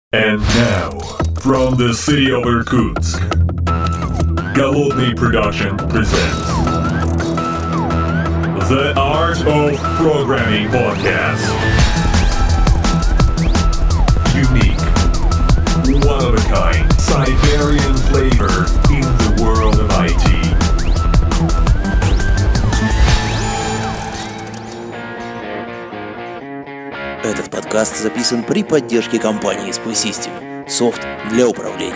And now, from the city of Irkutsk, Голодный Production presents The Art of Programming Podcast. Unique, one-of-a-kind, Siberian flavor in the world of IT. Этот подкаст записан при поддержке компании SPY System. Софт для управления.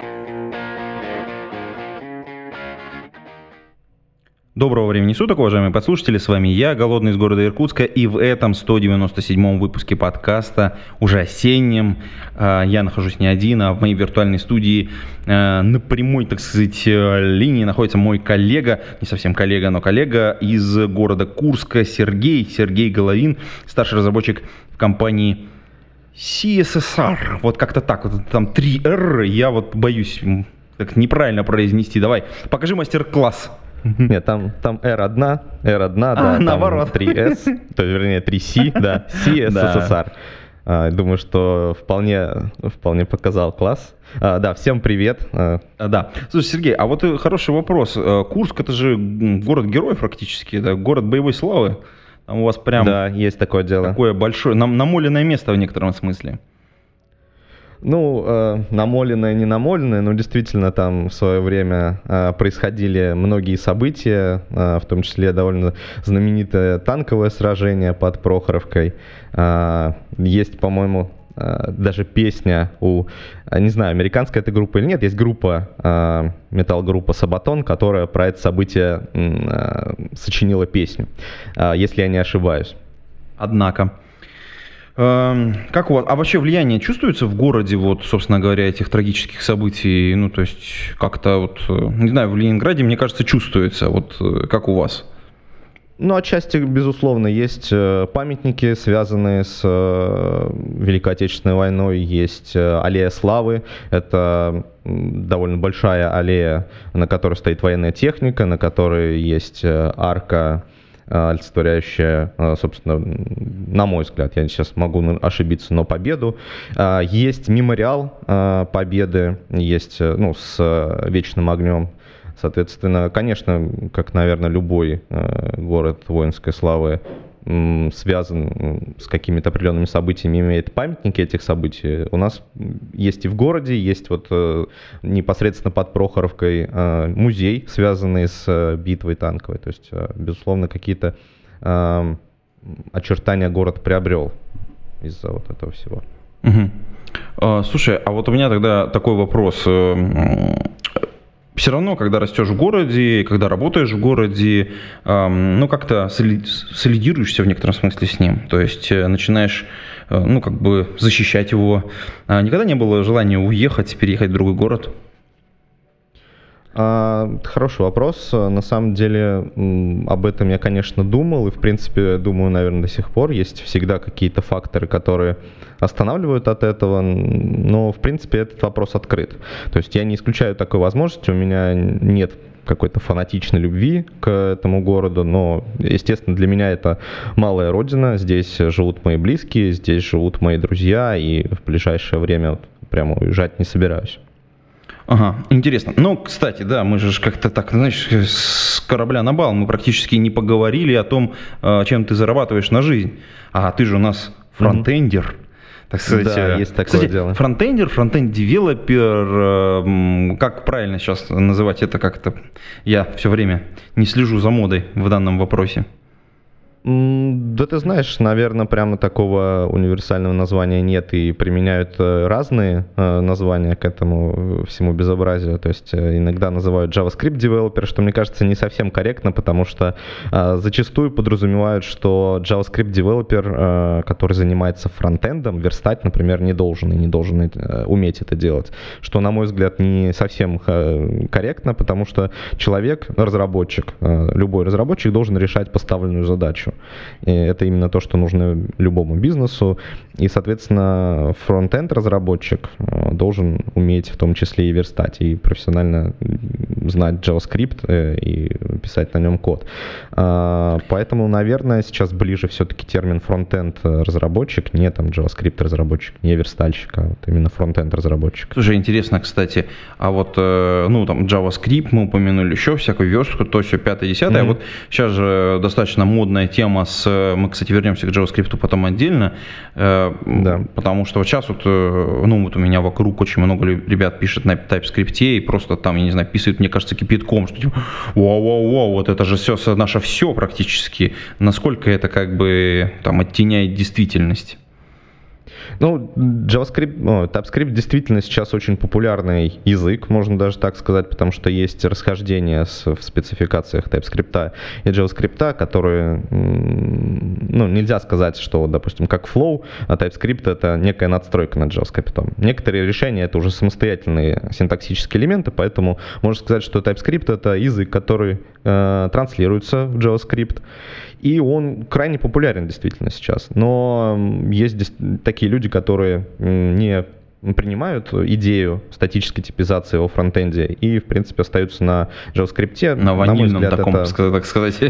Доброго времени суток, уважаемые подслушатели, с вами я, Голодный из города Иркутска, и в этом 197-м выпуске подкаста, уже осеннем, я нахожусь не один, а в моей виртуальной студии на прямой, так сказать, линии находится мой коллега, не совсем коллега, но коллега из города Курска, Сергей Головин, старший разработчик в компании CSSR, вот как-то так, вот там 3R, я вот боюсь так неправильно произнести, давай, покажи мастер-класс. Нет, там R1, да, наоборот. 3S, то есть, вернее, 3C, да, CSSR. Думаю, что вполне показал класс. Да, всем привет. Да, слушай, Сергей, а вот хороший вопрос. Курск — это же город героев практически, это город боевой славы. Там у вас прям... Да, есть такое дело. Такое большое, намоленное место в некотором смысле. Ну, намоленное, не намоленное, но действительно там в свое время происходили многие события, в том числе довольно знаменитое танковое сражение под Прохоровкой. Есть, по-моему, даже песня у, не знаю, американская это группа или нет, есть группа, метал-группа Sabaton, которая про это событие сочинила песню, если я не ошибаюсь. Однако... Как у вас? А вообще влияние чувствуется в городе, вот, собственно говоря, этих трагических событий? Ну, то есть, как-то вот, не знаю, в Ленинграде, мне кажется, чувствуется. Вот, как у вас? Ну, отчасти, безусловно, есть памятники, связанные с Великой Отечественной войной, есть аллея славы, это довольно большая аллея, на которой стоит военная техника, на которой есть арка, олицетворяющая, собственно, на мой взгляд, я сейчас могу ошибиться, но победу. Есть мемориал победы, есть, ну, с вечным огнем. Соответственно, конечно, как, наверное, любой город воинской славы связан с какими-то определенными событиями, имеет памятники этих событий. У нас есть и в городе, есть вот непосредственно под Прохоровкой музей, связанный с битвой танковой. То есть, безусловно, какие-то очертания город приобрел из-за вот этого всего. Угу. Слушай, а вот у меня тогда такой вопрос. Все равно, когда растешь в городе, когда работаешь в городе, ну, как-то солидируешься в некотором смысле с ним. То есть начинаешь, ну, как бы защищать его. Никогда не было желания уехать, переехать в другой город? Хороший вопрос. На самом деле об этом я, конечно, думал, и, в принципе, думаю, наверное, до сих пор. Есть всегда какие-то факторы, которые останавливают от этого, но, в принципе, этот вопрос открыт. То есть я не исключаю такой возможности, у меня нет какой-то фанатичной любви к этому городу, но, естественно, для меня это малая родина, здесь живут мои близкие, здесь живут мои друзья, и в ближайшее время вот прямо уезжать не собираюсь. Ага, интересно. Ну, кстати, да, мы же как-то так, знаешь, с корабля на бал, мы практически не поговорили о том, чем ты зарабатываешь на жизнь. А ты же у нас фронтендер. Так сказать, да, есть такое дело. Фронтендер, фронтенд-девелопер, как правильно сейчас называть это как-то? Я все время не слежу за модой в данном вопросе. Да ты знаешь, наверное, прямо такого универсального названия нет, и применяют разные названия к этому всему безобразию. То есть иногда называют JavaScript developer, что, мне кажется, не совсем корректно, потому что зачастую подразумевают, что JavaScript developer, который занимается фронтендом, верстать, например, не должен уметь это делать. Что, на мой взгляд, не совсем корректно, потому что человек, разработчик, любой разработчик должен решать поставленную задачу. задачу. И это именно то, что нужно любому бизнесу. И, соответственно, фронт-энд разработчик должен уметь в том числе и верстать, и профессионально знать JavaScript и писать на нем код. Поэтому, наверное, сейчас ближе все-таки термин фронт-энд разработчик, не там JavaScript разработчик, не верстальщик, а вот именно фронт-энд разработчик. Слушай, интересно, кстати, а вот, ну, там, JavaScript мы упомянули, еще всякую верстку, то все 5-10. А вот сейчас же достаточно модная тема мы, кстати, вернемся к JavaScript потом отдельно, да. Потому что вот сейчас вот, ну, вот у меня вокруг очень много ребят пишет на TypeScript и просто там, я не знаю, писают, мне кажется, кипятком, что типа, вау, вот это же все наше все практически. Насколько это как бы там оттеняет действительность? Ну, TypeScript действительно сейчас очень популярный язык, можно даже так сказать, потому что есть расхождения в спецификациях TypeScript и JavaScript, которые, ну, нельзя сказать, что, допустим, как Flow, а TypeScript — это некая надстройка над JavaScript. Некоторые решения — это уже самостоятельные синтаксические элементы, поэтому можно сказать, что TypeScript — это язык, который транслируется в JavaScript, и он крайне популярен действительно сейчас. Но есть такие люди, которые не принимают идею статической типизации во фронтенде и, в принципе, остаются на JavaScript. На ванильном таком, так сказать.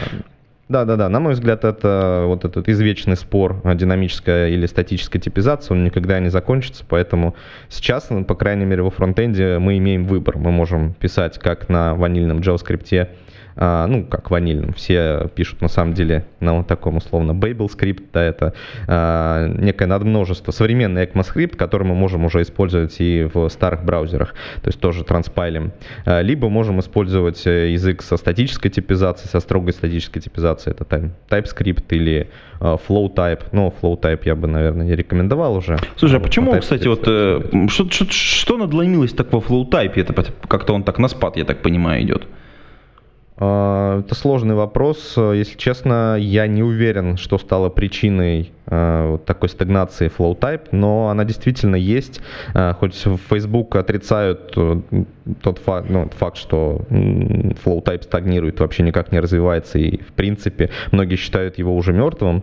Да. На мой взгляд, это вот этот извечный спор, динамическая или статическая типизация, он никогда не закончится, поэтому сейчас, по крайней мере, во фронтенде мы имеем выбор. Мы можем писать как на ванильном JavaScript, ну, как ванильном. Все пишут, на самом деле, на вот таком, условно, Babel скрипт, да, это некое надмножество, современный ECMAScript, который мы можем уже использовать и в старых браузерах, то есть тоже транспайлим. Либо можем использовать язык со статической типизацией, со строгой статической типизацией, это TypeScript или FlowType. Но FlowType я бы, наверное, не рекомендовал уже. Слушай, а почему, кстати, вот что надломилось так во FlowType? Это как-то он так на спад, я так понимаю, идет. Это сложный вопрос. Если честно, я не уверен, что стало причиной вот такой стагнации FlowType, но она действительно есть. Хоть в Facebook отрицают тот факт, что FlowType стагнирует, вообще никак не развивается, и в принципе многие считают его уже мертвым.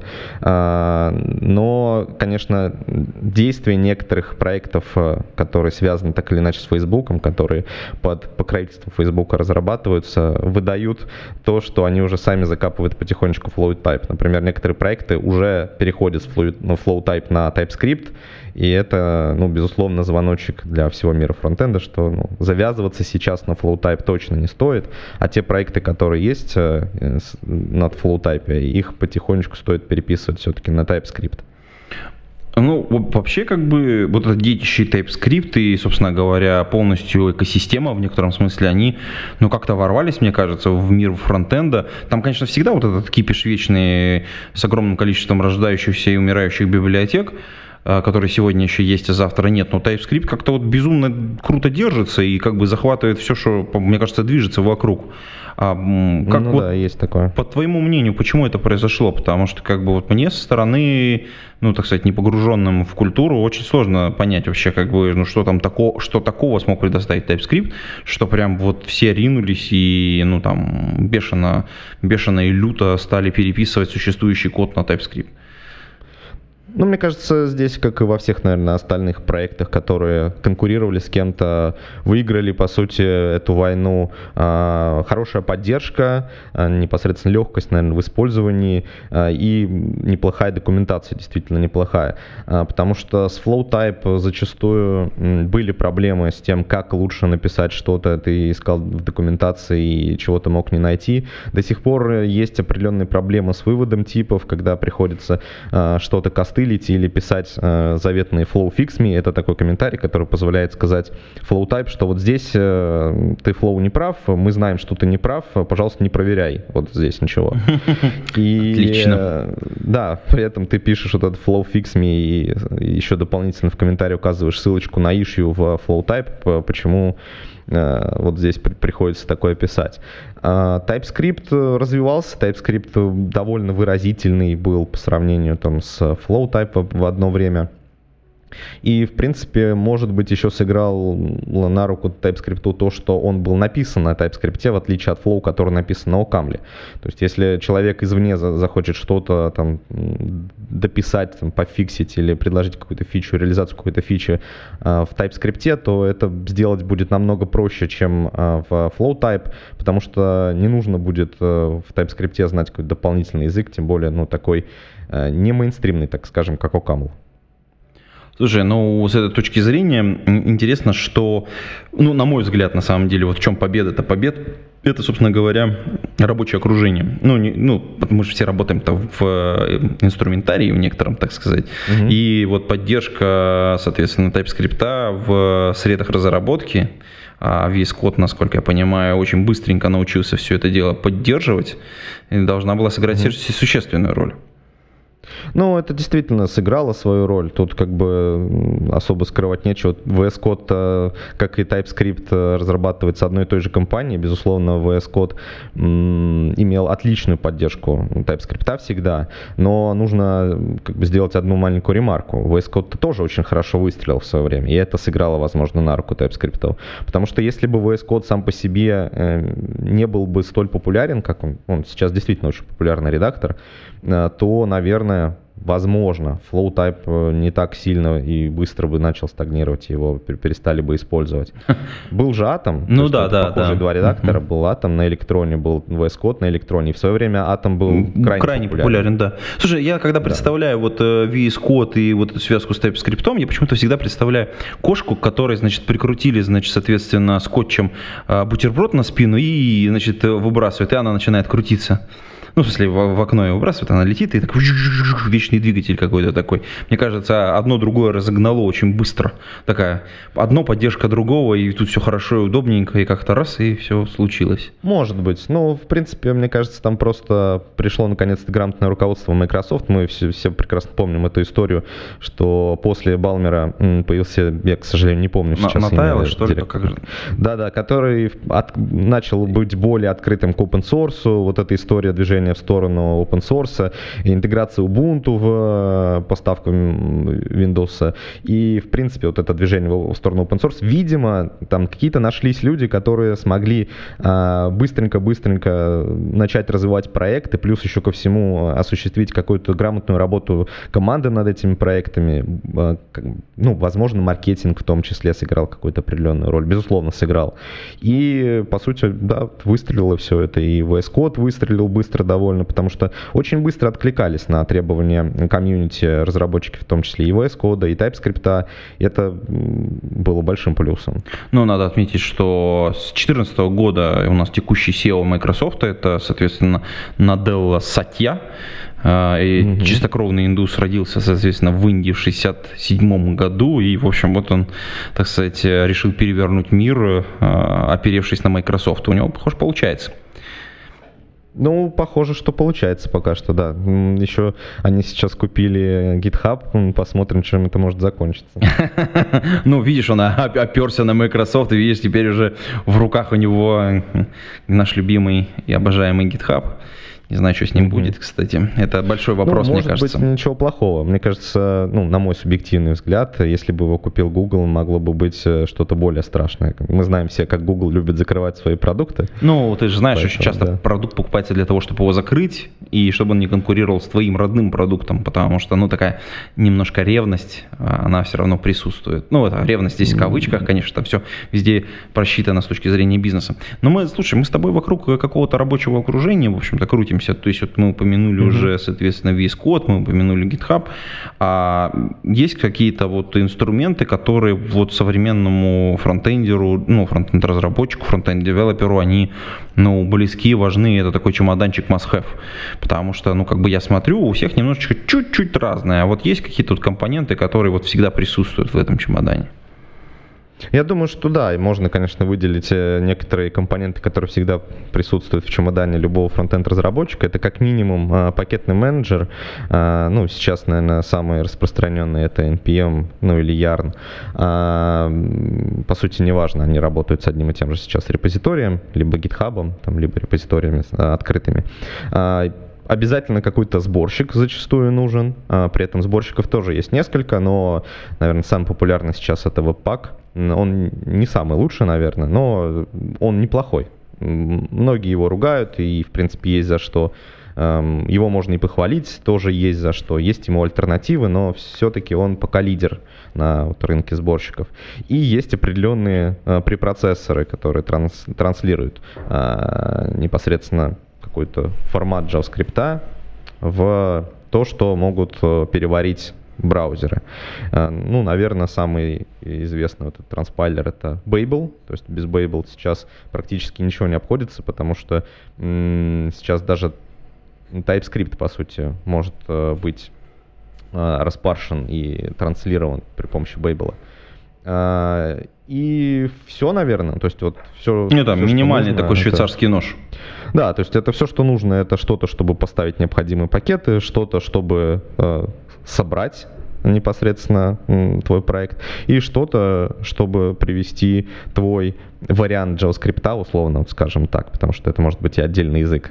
Но, конечно, действия некоторых проектов, которые связаны так или иначе с Facebook, которые под покровительством Facebook разрабатываются, выдают то, что они уже сами закапывают потихонечку FlowType. Например, некоторые проекты уже переходят с FlowType на TypeScript, и это, ну, безусловно, звоночек для всего мира фронтенда, что завязываться сейчас на FlowType точно не стоит, а те проекты, которые есть над FlowType, их потихонечку стоит переписывать все-таки на TypeScript. Ну, вообще, как бы, вот это детище TypeScript и, собственно говоря, полностью экосистема, в некотором смысле, они, ну, как-то ворвались, мне кажется, в мир фронтенда. Там, конечно, всегда вот этот кипиш вечный с огромным количеством рождающихся и умирающих библиотек, который сегодня еще есть, а завтра нет. Но TypeScript как-то вот безумно круто держится и как бы захватывает все, что, мне кажется, движется вокруг. Как вот, да, есть такое. По твоему мнению, почему это произошло? Потому что как бы вот мне со стороны, ну, так сказать, не погруженным в культуру, очень сложно понять вообще, как бы, ну, что там что такого смог предоставить TypeScript, что прям вот все ринулись и, ну, там, бешено и люто стали переписывать существующий код на TypeScript. Ну, мне кажется, здесь, как и во всех, наверное, остальных проектах, которые конкурировали с кем-то, выиграли, по сути, эту войну, хорошая поддержка, непосредственно легкость, наверное, в использовании и неплохая документация, действительно неплохая. Потому что с FlowType зачастую были проблемы с тем, как лучше написать что-то. Ты искал в документации и чего-то мог не найти. До сих пор есть определенные проблемы с выводом типов, когда приходится что-то кастылить или писать заветный flow fix me. Это такой комментарий, который позволяет сказать FlowType, что вот здесь ты flow не прав, мы знаем, что ты не прав, пожалуйста, не проверяй вот здесь ничего. И, отлично. Да, при этом ты пишешь вот этот flow fix me и еще дополнительно в комментарии указываешь ссылочку на issue в FlowType, почему вот здесь приходится такое писать. TypeScript развивался, TypeScript довольно выразительный был по сравнению там с FlowType в одно время. И, в принципе, может быть, еще сыграл на руку TypeScript то, что он был написан на TypeScript, в отличие от Flow, который написан на OCaml. То есть, если человек извне захочет что-то там дописать, там, пофиксить или предложить какую-то фичу, реализацию какой-то фичи в TypeScript, то это сделать будет намного проще, чем в FlowType, потому что не нужно будет в TypeScript знать какой-то дополнительный язык, тем более, такой не мейнстримный, так скажем, как OCaml. Слушай, с этой точки зрения интересно, что, на мой взгляд, на самом деле, вот в чем победа-то побед, это, собственно говоря, рабочее окружение. Мы же все работаем-то в инструментарии в некотором, так сказать. Угу. И вот поддержка, соответственно, TypeScript в средах разработки, VS Code, насколько я понимаю, очень быстренько научился все это дело поддерживать, и должна была сыграть существенную роль. Это действительно сыграло свою роль. Тут как бы особо скрывать нечего. VS Code, как и TypeScript, разрабатывается одной и той же компанией. Безусловно, VS Code имел отличную поддержку TypeScript всегда. Но нужно сделать одну маленькую ремарку. VS Code тоже очень хорошо выстрелил в свое время. И это сыграло, возможно, на руку TypeScript. Потому что если бы VS Code сам по себе не был бы столь популярен, как он сейчас действительно очень популярный редактор, то, наверное, возможно, FlowType не так сильно и быстро бы начал стагнировать, его перестали бы использовать. Был же Atom, похожие два редактора, был Atom на электроне, был VS Code на электроне, и в свое время Atom был крайне популярен. Да. Слушай, я когда представляю VS Code и вот эту связку с TypeScript, я почему-то всегда представляю кошку, которой, прикрутили, соответственно, скотчем бутерброд на спину и, выбрасывают, и она начинает крутиться. В смысле, в окно ее выбрасывает, она летит, и так вечный двигатель какой-то такой. Мне кажется, одно другое разогнало очень быстро. Такая, одно поддержка другого, и тут все хорошо и удобненько, и как-то раз, и все случилось. Может быть. В принципе, мне кажется, там просто пришло наконец-то грамотное руководство Microsoft. Мы все прекрасно помним эту историю, что после Балмера появился, я, к сожалению, не помню сейчас. Натайло, что ли? Да, который начал быть более открытым к open source. Вот эта история движения в сторону open source, интеграция Ubuntu в поставку Windows. И, в принципе, вот это движение в сторону open source, видимо, там какие-то нашлись люди, которые смогли быстренько начать развивать проекты, плюс еще ко всему осуществить какую-то грамотную работу команды над этими проектами. Возможно, маркетинг в том числе сыграл какую-то определенную роль. Безусловно, сыграл. И, по сути, да, выстрелило все это. И VS Code выстрелил быстро довольно, потому что очень быстро откликались на требования комьюнити разработчики, в том числе и VS Code, и TypeScript. И это было большим плюсом. Надо отметить, что с 2014 года у нас текущий SEO Microsoft, это, соответственно, Наделла Сатья. И чистокровный индус родился, соответственно, в Индии в 1967 году. И, в общем, вот он, так сказать, решил перевернуть мир, оперевшись на Microsoft. У него, похоже, получается. Похоже, что получается пока что, да. Еще они сейчас купили GitHub, посмотрим, чем это может закончиться. Видишь, он оперся на Microsoft, и видишь, теперь уже в руках у него наш любимый и обожаемый GitHub. Не знаю, что с ним будет, кстати. Это большой вопрос, мне кажется. Может быть, ничего плохого. Мне кажется, на мой субъективный взгляд, если бы его купил Google, могло бы быть что-то более страшное. Мы знаем все, как Google любит закрывать свои продукты. Ты же знаешь, очень часто продукт покупается для того, чтобы его закрыть, и чтобы он не конкурировал с твоим родным продуктом, потому что, такая немножко ревность, она все равно присутствует. Это ревность здесь в кавычках, конечно, там все везде просчитано с точки зрения бизнеса. Но мы с тобой вокруг какого-то рабочего окружения, в общем-то, крутимся. То есть мы упомянули уже, соответственно, VS Code, мы упомянули GitHub. А есть какие-то инструменты, которые современному фронтендеру, фронтенд-разработчику, фронтенд-девелоперу, они, близки, важны, это такой чемоданчик must-have. Потому что, я смотрю, у всех немножечко чуть-чуть разное. А есть какие-то компоненты, которые всегда присутствуют в этом чемодане? Я думаю, что да, и можно, конечно, выделить некоторые компоненты, которые всегда присутствуют в чемодане любого фронтенд-разработчика. Это как минимум пакетный менеджер. Сейчас, наверное, самый распространенный это NPM, или Yarn. По сути, неважно, они работают с одним и тем же сейчас репозиторием, либо GitHub, либо репозиториями открытыми. Обязательно какой-то сборщик зачастую нужен. При этом сборщиков тоже есть несколько, но, наверное, самый популярный сейчас это Webpack. Он не самый лучший, наверное, но он неплохой. Многие его ругают, и, в принципе, есть за что. Его можно и похвалить, тоже есть за что. Есть ему альтернативы, но все-таки он пока лидер на рынке сборщиков. И есть определенные препроцессоры, которые транслируют непосредственно какой-то формат JavaScript в то, что могут переварить браузеры. Ну, наверное, самый известный этот транспайлер — это Babel. То есть без Babel сейчас практически ничего не обходится, потому что сейчас даже TypeScript, по сути, может быть распаршен и транслирован при помощи Babel. И все, наверное. То есть вот все. Ну, там все, минимальный нужно, такой швейцарский нож. Да, то есть это все, что нужно. Это что-то, чтобы поставить необходимые пакеты, что-то, чтобы собрать непосредственно твой проект, и что-то, чтобы привести твой вариант JavaScript, условно, скажем так, потому что это может быть и отдельный язык,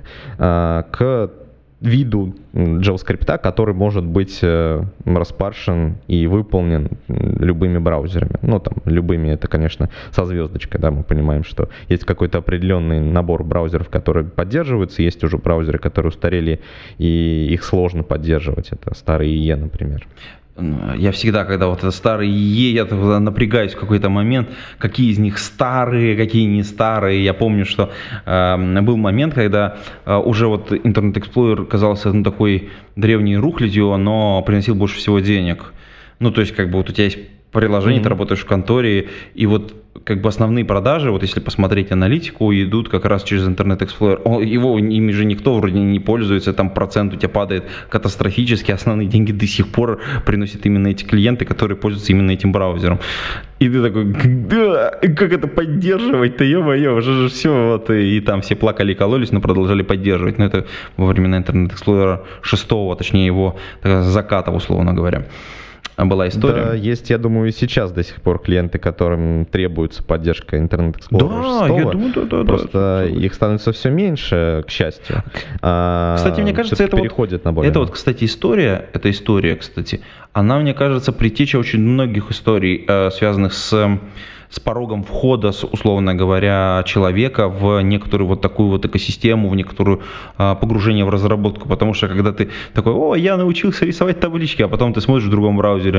к виду JavaScript, который может быть распаршен и выполнен любыми браузерами. Ну, там, любыми, это, конечно, со звездочкой, да, мы понимаем, что есть какой-то определенный набор браузеров, которые поддерживаются, есть уже браузеры, которые устарели, и их сложно поддерживать. Это старые IE, например. Я всегда, когда вот это старые IE, я напрягаюсь в какой-то момент, какие из них старые, какие не старые. Я помню, что был момент, когда уже вот Internet Explorer казался такой древней рухлядью, но приносил больше всего денег. Ну, то есть, как бы вот у тебя есть приложение, ты работаешь в конторе, и вот как бы основные продажи, вот если посмотреть аналитику, идут как раз через Internet Explorer. Ими же никто вроде не пользуется, там процент у тебя падает катастрофически, основные деньги до сих пор приносят именно эти клиенты, которые пользуются именно этим браузером. И ты такой, да, как это поддерживать-то, ё-моё, уже же все, вот, и там все плакали и кололись, но продолжали поддерживать. Но это во времена Internet Explorer 6, точнее его заката, условно говоря, была история. Да, есть, я думаю, и сейчас до сих пор клиенты, которым требуется поддержка Internet Explorer 6. Да, я думаю, да. Просто их становится все меньше, к счастью. Кстати, мне кажется, это переходит на более... Это вот, кстати, история, кстати, она, мне кажется, предтеча очень многих историй, связанных с порогом входа, условно говоря, человека в некоторую вот такую вот экосистему, в некоторую погружение в разработку. Потому что когда ты такой, я научился рисовать таблички, а потом ты смотришь в другом браузере,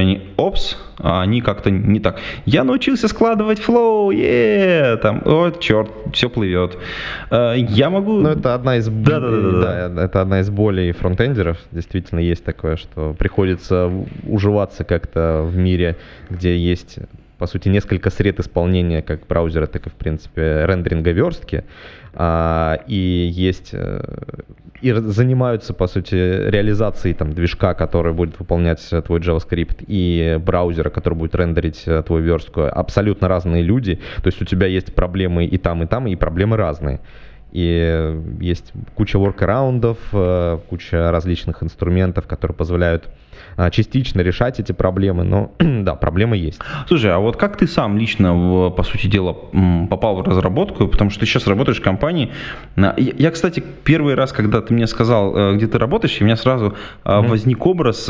они как-то не так. Я научился складывать флоу, там, черт, все плывет. Я могу... Ну, это одна из... Да, это одна из болей фронтендеров. Действительно есть такое, что приходится уживаться как-то в мире, где есть... по сути, несколько сред исполнения как браузера, так и, в принципе, рендеринга верстки. И есть... И занимаются, по сути, реализацией там, движка, который будет выполнять твой JavaScript, и браузера, который будет рендерить твою верстку. Абсолютно разные люди. То есть у тебя есть проблемы и там, и проблемы разные. И есть куча воркараундов, куча различных инструментов, которые позволяют частично решать эти проблемы, но да, проблемы есть. Слушай, а вот как ты сам лично, по сути дела, попал в разработку, потому что ты сейчас работаешь в компании. Я, кстати, первый раз, когда ты мне сказал, где ты работаешь, у меня сразу возник образ,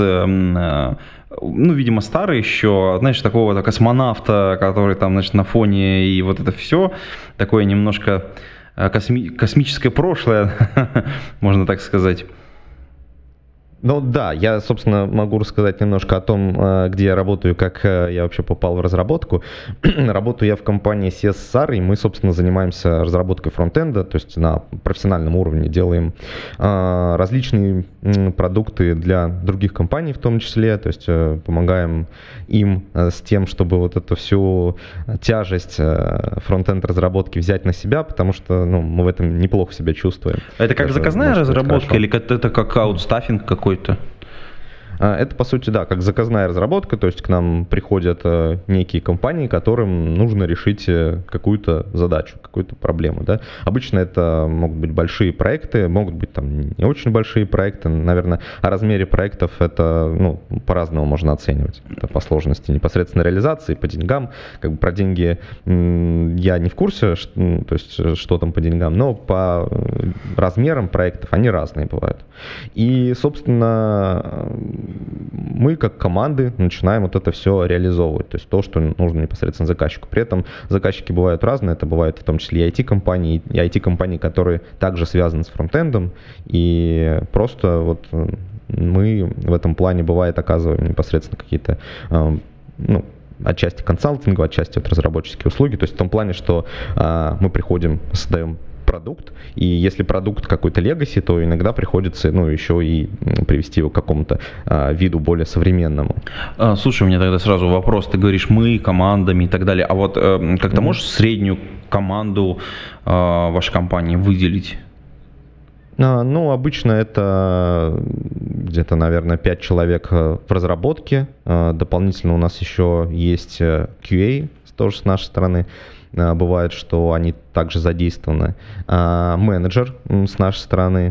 видимо, старый еще, знаешь, такого космонавта, который там, значит, на фоне, и вот это все, такое немножко космическое прошлое, можно так сказать. Ну да, я, собственно, могу рассказать немножко о том, где я работаю, как я вообще попал в разработку. Работаю я в компании CSR, и мы, собственно, занимаемся разработкой фронтенда, то есть на профессиональном уровне делаем различные продукты для других компаний в том числе, то есть помогаем им с тем, чтобы вот эту всю тяжесть фронтенд разработки взять на себя, потому что мы в этом неплохо себя чувствуем. Это как заказная разработка или это как аутстаффинг какой-то? Это, по сути, да, как заказная разработка, то есть к нам приходят некие компании, которым нужно решить какую-то задачу, какую-то проблему, да. Обычно это могут быть большие проекты, могут быть там не очень большие проекты, наверное, о размере проектов это, ну, по-разному можно оценивать, это по сложности непосредственно реализации, по деньгам, как бы про деньги я не в курсе, то есть что там по деньгам, но по размерам проектов они разные бывают. И, собственно, мы как команды начинаем вот это все реализовывать, то есть то, что нужно непосредственно заказчику. При этом заказчики бывают разные, это бывают в том числе и IT-компании, которые также связаны с фронтендом, и просто вот мы в этом плане, бывает, оказываем непосредственно какие-то, ну, отчасти консалтинга, отчасти вот разработческие услуги, то есть в том плане, что мы приходим, создаем продукт, и если продукт какой-то legacy, то иногда приходится, ну, еще и привести его к какому-то виду более современному. Слушай, у меня тогда сразу вопрос, ты говоришь мы, командами и так далее, а вот как ты можешь среднюю команду вашей компании выделить? Ну, обычно это где-то, наверное, 5 человек в разработке, дополнительно у нас еще есть QA, тоже с нашей стороны. Бывает, что они также задействованы, менеджер с нашей стороны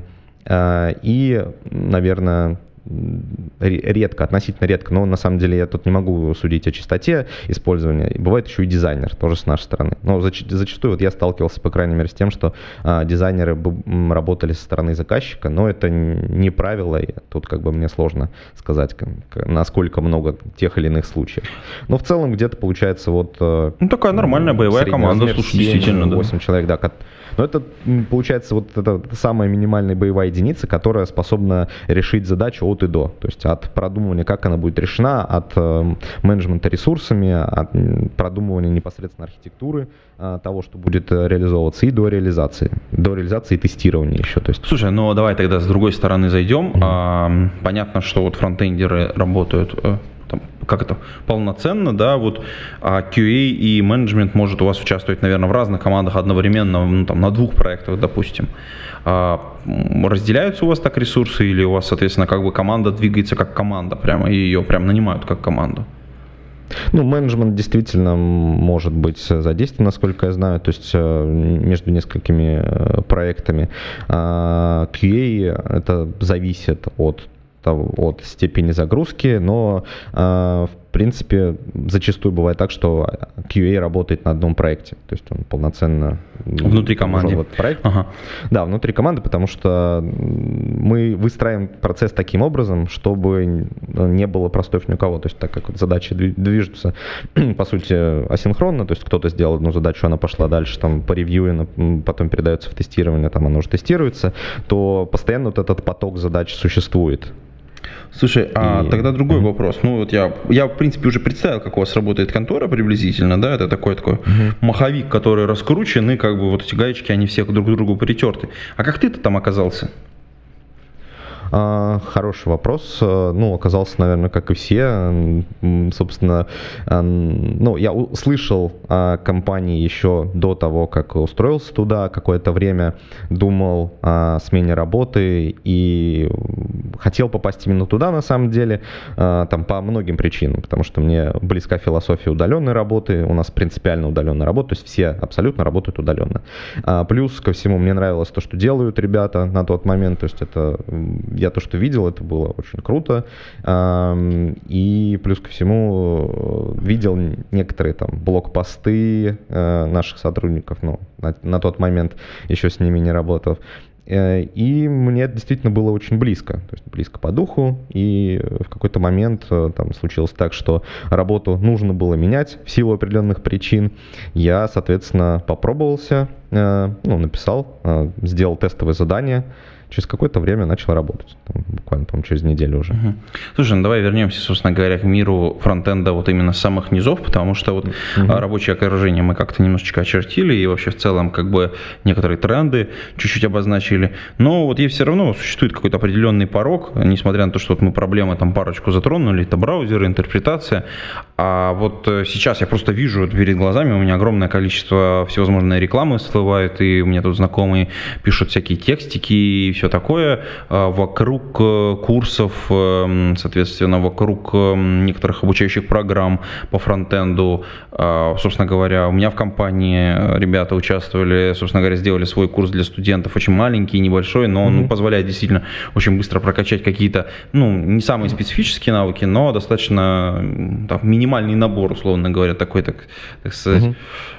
и, наверное, редко, относительно редко, но на самом деле я тут не могу судить о частоте использования. Бывает еще и дизайнер, тоже с нашей стороны. Но зачастую вот я сталкивался, по крайней мере, с тем, что дизайнеры работали со стороны заказчика, но это не правило, и тут как бы мне сложно сказать, насколько много тех или иных случаев. Но в целом где-то получается вот... Ну, такая нормальная боевая команда, слушай, действительно, да. 8 человек, да. Но это, получается, вот это самая минимальная боевая единица, которая способна решить задачу от и до. То есть от продумывания, как она будет решена, от менеджмента ресурсами, от продумывания непосредственно архитектуры того, что будет реализовываться, и до реализации. До реализации и тестирования еще. То есть... Слушай, ну давай тогда с другой стороны зайдем. Понятно, что вот фронтендеры работают... как это, полноценно, да, вот QA и менеджмент может у вас участвовать, наверное, в разных командах одновременно, ну, там, на 2 проектах, допустим. Разделяются у вас так ресурсы или у вас, соответственно, как бы команда двигается как команда прямо, и ее прям нанимают как команду? Ну, менеджмент действительно может быть задействован, насколько я знаю, то есть между несколькими проектами. QA это зависит от степени загрузки, но в принципе зачастую бывает так, что QA работает на одном проекте, то есть он полноценно внутри команды. В этот проект. Ага. Да, внутри команды, потому что мы выстраиваем процесс таким образом, чтобы не было простоев ни у кого, то есть так как вот задачи движутся по сути асинхронно, то есть кто-то сделал одну задачу, она пошла дальше, там по ревью, потом передается в тестирование, там она уже тестируется, то постоянно вот этот поток задач существует. Слушай, тогда другой вопрос. Ну вот я в принципе уже представил, как у вас работает контора приблизительно, да, это такой маховик, который раскручен, и как бы вот эти гаечки, они все друг к другу притерты. А как ты-то там оказался? Хороший вопрос. Ну, оказался, наверное, как и все. Собственно, ну, я услышал о компании еще до того, как устроился туда. Какое-то время думал о смене работы и хотел попасть именно туда, на самом деле, там по многим причинам, потому что мне близка философия удаленной работы, у нас принципиально удаленная работа, то есть все абсолютно работают удаленно. Плюс ко всему мне нравилось то, что делают ребята на тот момент, то есть это я то, что видел, это было очень круто. И плюс ко всему видел некоторые там блогпосты наших сотрудников, ну, на тот момент еще с ними не работал. И мне это действительно было очень близко, то есть близко по духу, и в какой-то момент там случилось так, что работу нужно было менять в силу определенных причин. Я, соответственно, попробовался, ну, написал, сделал тестовое задание, через какое-то время начал работать, там, буквально, по-моему, через неделю уже. Слушай, ну давай вернемся, собственно говоря, к миру фронтенда вот именно с самых низов, потому что вот рабочее окружение мы как-то немножечко очертили, и вообще в целом как бы некоторые тренды чуть-чуть обозначили, но вот есть все равно существует какой-то определенный порог, несмотря на то, что вот мы проблемы там парочку затронули, это браузеры, интерпретация, а вот сейчас я просто вижу вот перед глазами, у меня огромное количество всевозможной рекламы бывает, и у меня тут знакомые пишут всякие текстики и все такое вокруг курсов, соответственно, вокруг некоторых обучающих программ по фронтенду. Собственно говоря, у меня в компании ребята участвовали, собственно говоря, сделали свой курс для студентов, очень маленький, небольшой, но он позволяет действительно очень быстро прокачать какие-то, не самые специфические навыки, но достаточно минимальный набор, условно говоря, такой, так сказать.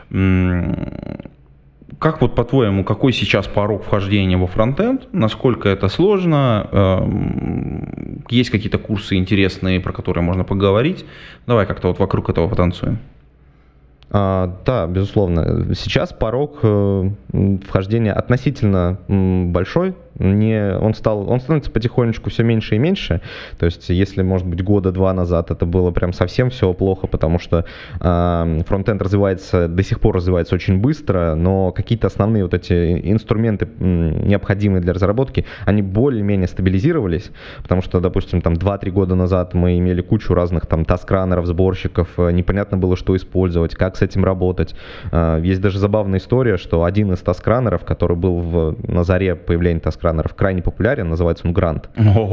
Как вот по-твоему, какой сейчас порог вхождения во фронтенд? Насколько это сложно? Есть какие-то курсы интересные, про которые можно поговорить? Давай как-то вот вокруг этого потанцуем. Да, безусловно. Сейчас порог вхождения относительно большой. Он становится потихонечку все меньше и меньше. То есть, если, может быть, года два назад это было прям совсем все плохо, потому что фронтенд до сих пор развивается очень быстро, но какие-то основные вот эти инструменты, необходимые для разработки, они более-менее стабилизировались, потому что, допустим, там 2-3 года назад мы имели кучу разных там таскранеров, сборщиков, непонятно было, что использовать, как с этим работать. Есть даже забавная история, что один из таскранеров, который был на заре появления таскранеров, крайне популярен, называется он Грант.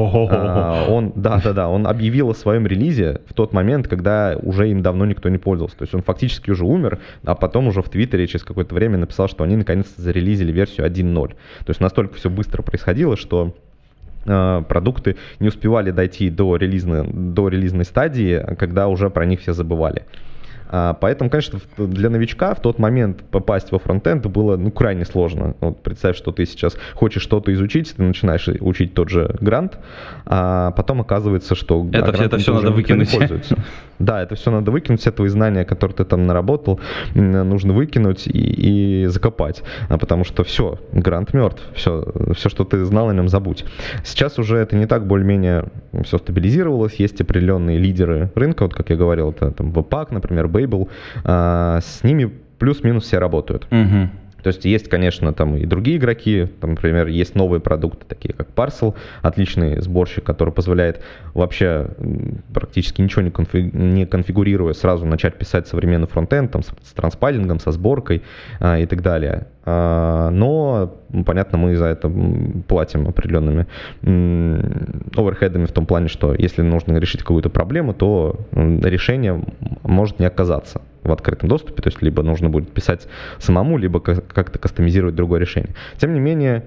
Он объявил о своем релизе в тот момент, когда уже им давно никто не пользовался. То есть он фактически уже умер, а потом уже в Твиттере через какое-то время написал, что они наконец-то зарелизили версию 1.0. То есть настолько все быстро происходило, что продукты не успевали дойти до релизной стадии, когда уже про них все забывали. Поэтому, конечно, для новичка в тот момент попасть во фронтенд было крайне сложно. Вот представь, что ты сейчас хочешь что-то изучить, ты начинаешь учить тот же Грант, а потом оказывается, что это все надо выкинуть. Да, это все надо выкинуть, все твои знания, которые ты там наработал, нужно выкинуть и закопать, потому что все, Грант мертв, все, что ты знал о нем, забудь. Сейчас уже это не так, более-менее все стабилизировалось, есть определенные лидеры рынка, вот как я говорил, это там Webpack, например, Babel, с ними плюс-минус все работают. То есть есть, конечно, там и другие игроки, там, например, есть новые продукты, такие как Parcel, отличный сборщик, который позволяет вообще практически ничего не конфигурируя, сразу начать писать современный фронтенд, там, с транспайлингом, со сборкой и так далее. Но, понятно, мы за это платим определенными оверхедами в том плане, что если нужно решить какую-то проблему, то решение может не оказаться в открытом доступе, то есть либо нужно будет писать самому, либо как-то кастомизировать другое решение. Тем не менее,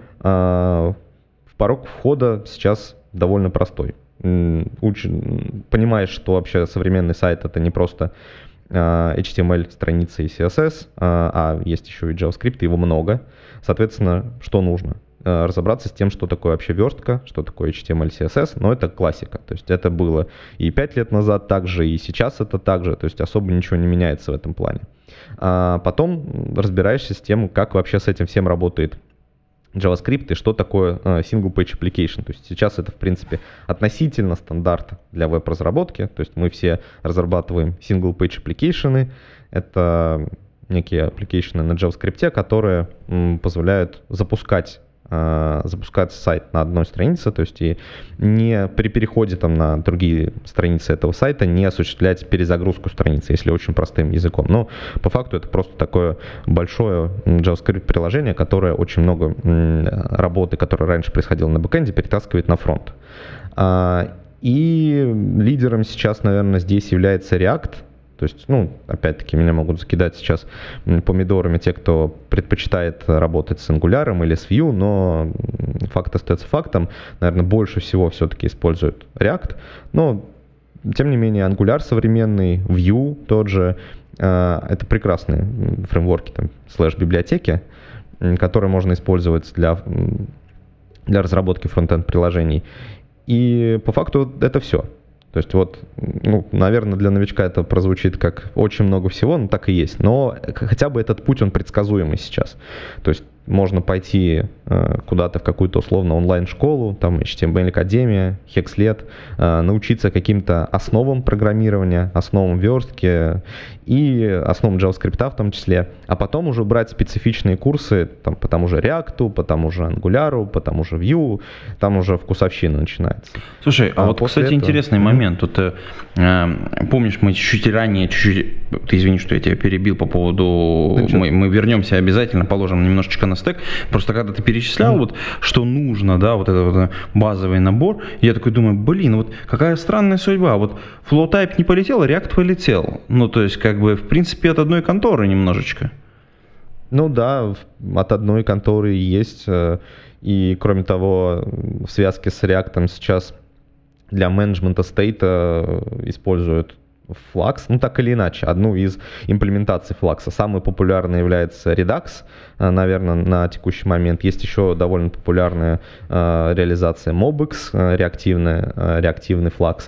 порог входа сейчас довольно простой. Понимаешь, что вообще современный сайт — это не просто HTML, страницы и CSS, а есть еще и JavaScript, его много. Соответственно, что нужно? Разобраться с тем, что такое вообще верстка, что такое HTML, CSS, но это классика. То есть это было и 5 лет назад так же, и сейчас это так же, то есть особо ничего не меняется в этом плане. Потом разбираешься с тем, как вообще с этим всем работает JavaScript и что такое Single Page Application. То есть сейчас это, в принципе, относительно стандарт для веб-разработки. То есть мы все разрабатываем Single Page Application. Это некие application на JavaScript, которые позволяют запускать сайт на одной странице, то есть и не при переходе там на другие страницы этого сайта не осуществлять перезагрузку страницы, если очень простым языком. Но по факту это просто такое большое JavaScript-приложение, которое очень много работы, которая раньше происходила на бэкэнде, перетаскивает на фронт. И лидером сейчас, наверное, здесь является React. То есть, опять-таки, меня могут закидать сейчас помидорами те, кто предпочитает работать с Angular или с Vue, но факт остается фактом. Наверное, больше всего все-таки используют React. Но, тем не менее, Angular современный, Vue тот же, это прекрасные фреймворки, /библиотеки, которые можно использовать для разработки фронтенд-приложений. И по факту это все. То есть наверное, для новичка это прозвучит как очень много всего, так и есть. Но хотя бы этот путь, он предсказуемый сейчас. То есть можно пойти куда-то в какую-то условно онлайн-школу, там HTML Академия, Hexlet, научиться каким-то основам программирования, основам верстки и основам JavaScript в том числе, а потом уже брать специфичные курсы там, по тому же React, по тому же Angular, по тому же Vue, там уже вкусовщина начинается. Слушай, а вот, кстати, этого... интересный момент. Тут, помнишь, мы чуть ранее, ты извини, что я тебя перебил по поводу... Да, мы вернемся обязательно, положим немножечко на стек. Просто когда ты перечислял, вот, что нужно, да, вот этот вот базовый набор, я такой думаю, блин, вот какая странная судьба. Вот FlowType не полетел, а React полетел. Ну, то есть, как бы, в принципе, от одной конторы немножечко. Ну да, от одной конторы есть. И, кроме того, в связке с React сейчас для менеджмента стейта используют Flux, ну так или иначе, одну из имплементаций Flux. Самой популярной является Redux, наверное, на текущий момент. Есть еще довольно популярная реализация MobX, реактивный Flux.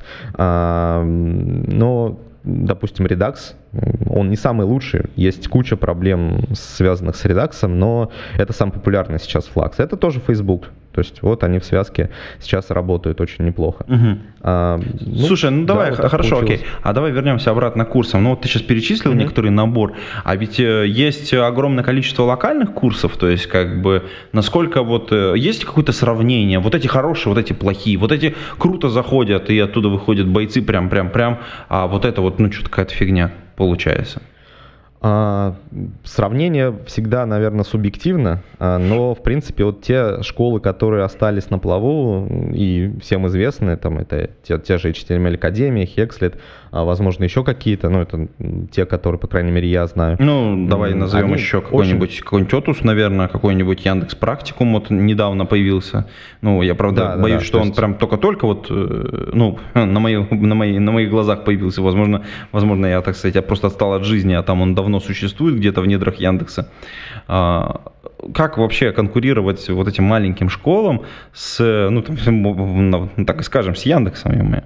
Но, допустим, Redux, он не самый лучший. Есть куча проблем, связанных с Redux, но это самый популярный сейчас Flux. Это тоже Facebook. То есть вот они в связке сейчас работают очень неплохо. Слушай, ну давай, да, вот хорошо, окей. А давай вернемся обратно к курсам. Ну вот ты сейчас перечислил некоторый набор, а ведь есть огромное количество локальных курсов, то есть как бы насколько вот есть какое-то сравнение, вот эти хорошие, вот эти плохие, вот эти круто заходят и оттуда выходят бойцы прям, а вот это вот, ну что-то какая-то фигня получается. Сравнение всегда, наверное, субъективно, но, в принципе, вот те школы, которые остались на плаву и всем известны, там это те же HTML Академия, Hexlet, возможно, еще какие-то, ну, это те, которые, по крайней мере, я знаю. Ну, давай назовем еще какой-нибудь Отус, наверное, какой-нибудь Яндекс Практикум вот недавно появился. Ну, я, правда, боюсь, что он прям только-только вот, ну, на моих глазах появился. Возможно, я, так сказать, я просто отстал от жизни, а там он давно существует где-то в недрах Яндекса. Как вообще конкурировать вот этим маленьким школам с, ну, там, так и скажем, с Яндексом?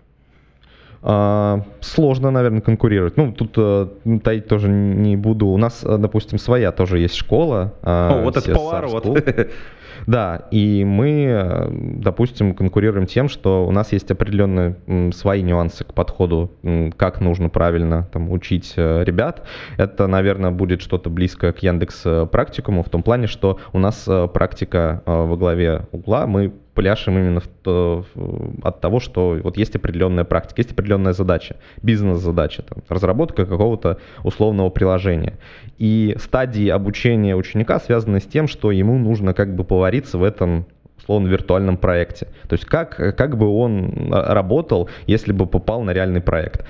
Сложно, наверное, конкурировать. Ну, тут таить тоже не буду. У нас, допустим, своя тоже есть школа. Вот это поворот. Да, и мы, допустим, конкурируем тем, что у нас есть определенные свои нюансы к подходу, как нужно правильно там учить ребят. Это, наверное, будет что-то близкое к Яндекс.Практикуму в том плане, что у нас практика во главе угла, мы пляшем именно от того, что вот есть определенная практика, есть определенная задача, бизнес-задача, там, разработка какого-то условного приложения. И стадии обучения ученика связаны с тем, что ему нужно как бы повариться в этом условно виртуальном проекте. То есть как бы он работал, если бы попал на реальный проект.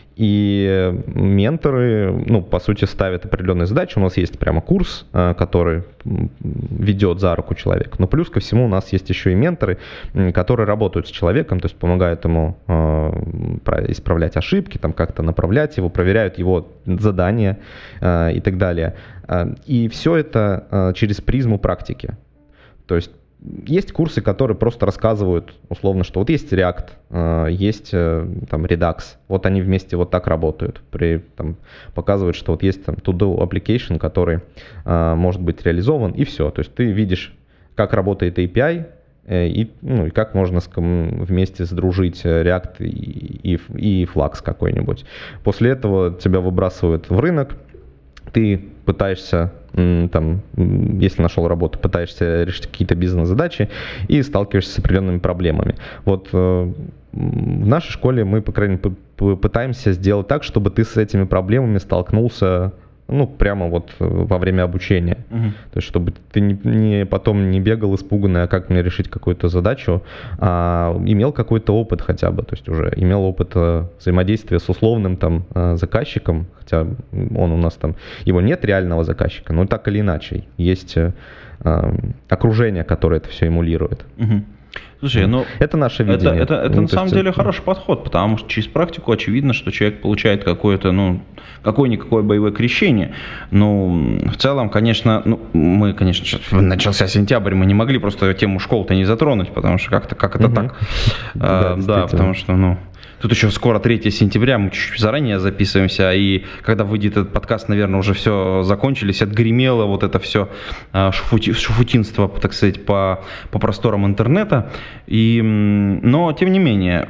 И менторы, ну, по сути, ставят определенные задачи. У нас есть прямо курс, который ведет за руку человека. Но плюс ко всему у нас есть еще и менторы, которые работают с человеком, то есть помогают ему исправлять ошибки, там как-то направлять его, проверяют его задания и так далее. И все это через призму практики. То есть есть курсы, которые просто рассказывают, условно, что вот есть React, есть там Redux, вот они вместе вот так работают. Показывают, что вот есть там to-do application, который может быть реализован, и все. То есть ты видишь, как работает API, и как можно вместе сдружить React и Flux какой-нибудь. После этого тебя выбрасывают в рынок, ты пытаешься, там, если нашел работу, пытаешься решить какие-то бизнес-задачи и сталкиваешься с определенными проблемами. Вот в нашей школе мы, по крайней мере, пытаемся сделать так, чтобы ты с этими проблемами столкнулся, ну, прямо вот во время обучения. То есть, чтобы ты потом не бегал испуганный, а как мне решить какую-то задачу, а имел какой-то опыт хотя бы, то есть уже имел опыт взаимодействия с условным там заказчиком, хотя он у нас там, его нет реального заказчика, но так или иначе есть окружение, которое это все эмулирует. Слушай, ну это наше видение. Это на самом деле хороший подход, потому что через практику очевидно, что человек получает какое-то, ну, какое-никакое боевое крещение. Ну, в целом, конечно, мы, конечно, начался сентябрь, мы не могли просто тему школ-то не затронуть, потому что как это так. Да, потому что, Тут еще скоро 3 сентября, мы чуть-чуть заранее записываемся, и когда выйдет этот подкаст, наверное, уже все закончились, отгремело вот это все шуфутинство, так сказать, по просторам интернета. Но, тем не менее,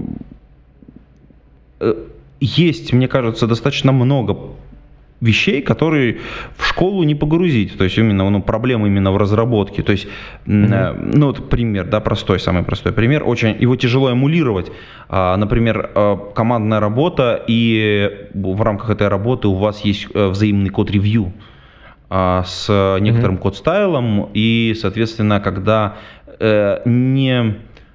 есть, мне кажется, достаточно много вещей, которые в школу не погрузить, то есть именно проблемы именно в разработке, то есть, вот пример, да, самый простой пример, его тяжело эмулировать, например, командная работа, и в рамках этой работы у вас есть взаимный код-ревью с некоторым код-стайлом, и, соответственно, когда не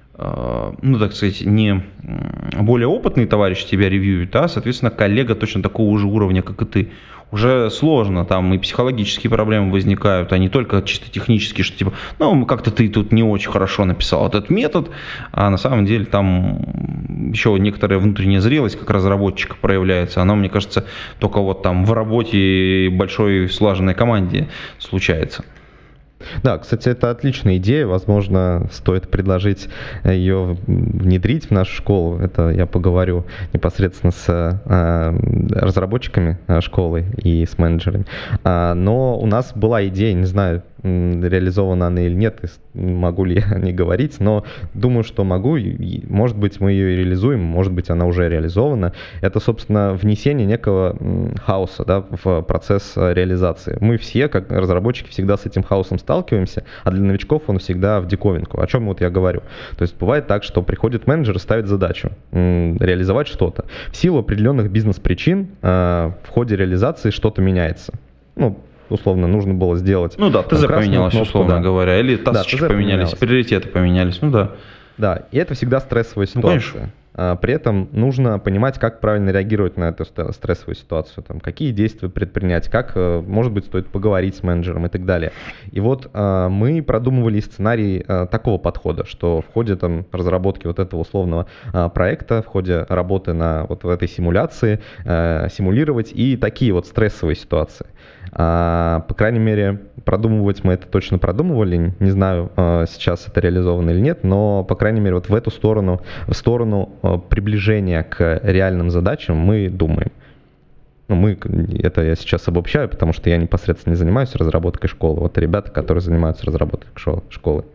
более опытный товарищ тебя ревьюет, да, соответственно, коллега точно такого же уровня, как и ты. Уже сложно, там и психологические проблемы возникают, а не только чисто технические, что типа, как-то ты тут не очень хорошо написал этот метод, а на самом деле там еще некоторая внутренняя зрелость как разработчика проявляется, она, мне кажется, только вот там в работе большой слаженной команде случается. Да, кстати, это отличная идея, возможно, стоит предложить ее внедрить в нашу школу. Это я поговорю непосредственно с разработчиками школы и с менеджерами. Но у нас была идея, не знаю, реализована она или нет, могу ли я не говорить, но думаю, что могу. Может быть, мы ее и реализуем, может быть, она уже реализована. Это, собственно, внесение некого хаоса, да, в процесс реализации. Мы все, как разработчики, всегда с этим хаосом сталкиваемся, а для новичков он всегда в диковинку. О чем вот я говорю? То есть бывает так, что приходит менеджер и ставит задачу реализовать что-то. В силу определенных бизнес-причин в ходе реализации что-то меняется. Условно, нужно было сделать... ТЗ поменялось, условно говоря, или таски поменялись, приоритеты поменялись, Да, и это всегда стрессовая ситуация. При этом нужно понимать, как правильно реагировать на эту стрессовую ситуацию, какие действия предпринять, как, может быть, стоит поговорить с менеджером и так далее. И вот мы продумывали сценарий такого подхода, что в ходе разработки вот этого условного проекта, в ходе работы в этой симуляции, симулировать и такие вот стрессовые ситуации. По крайней мере, продумывать мы это точно продумывали. Не знаю, сейчас это реализовано или нет, но, по крайней мере, вот в эту сторону, в сторону приближения к реальным задачам мы думаем. Это я сейчас обобщаю, потому что я непосредственно не занимаюсь разработкой школы. Вот ребята, которые занимаются разработкой школы.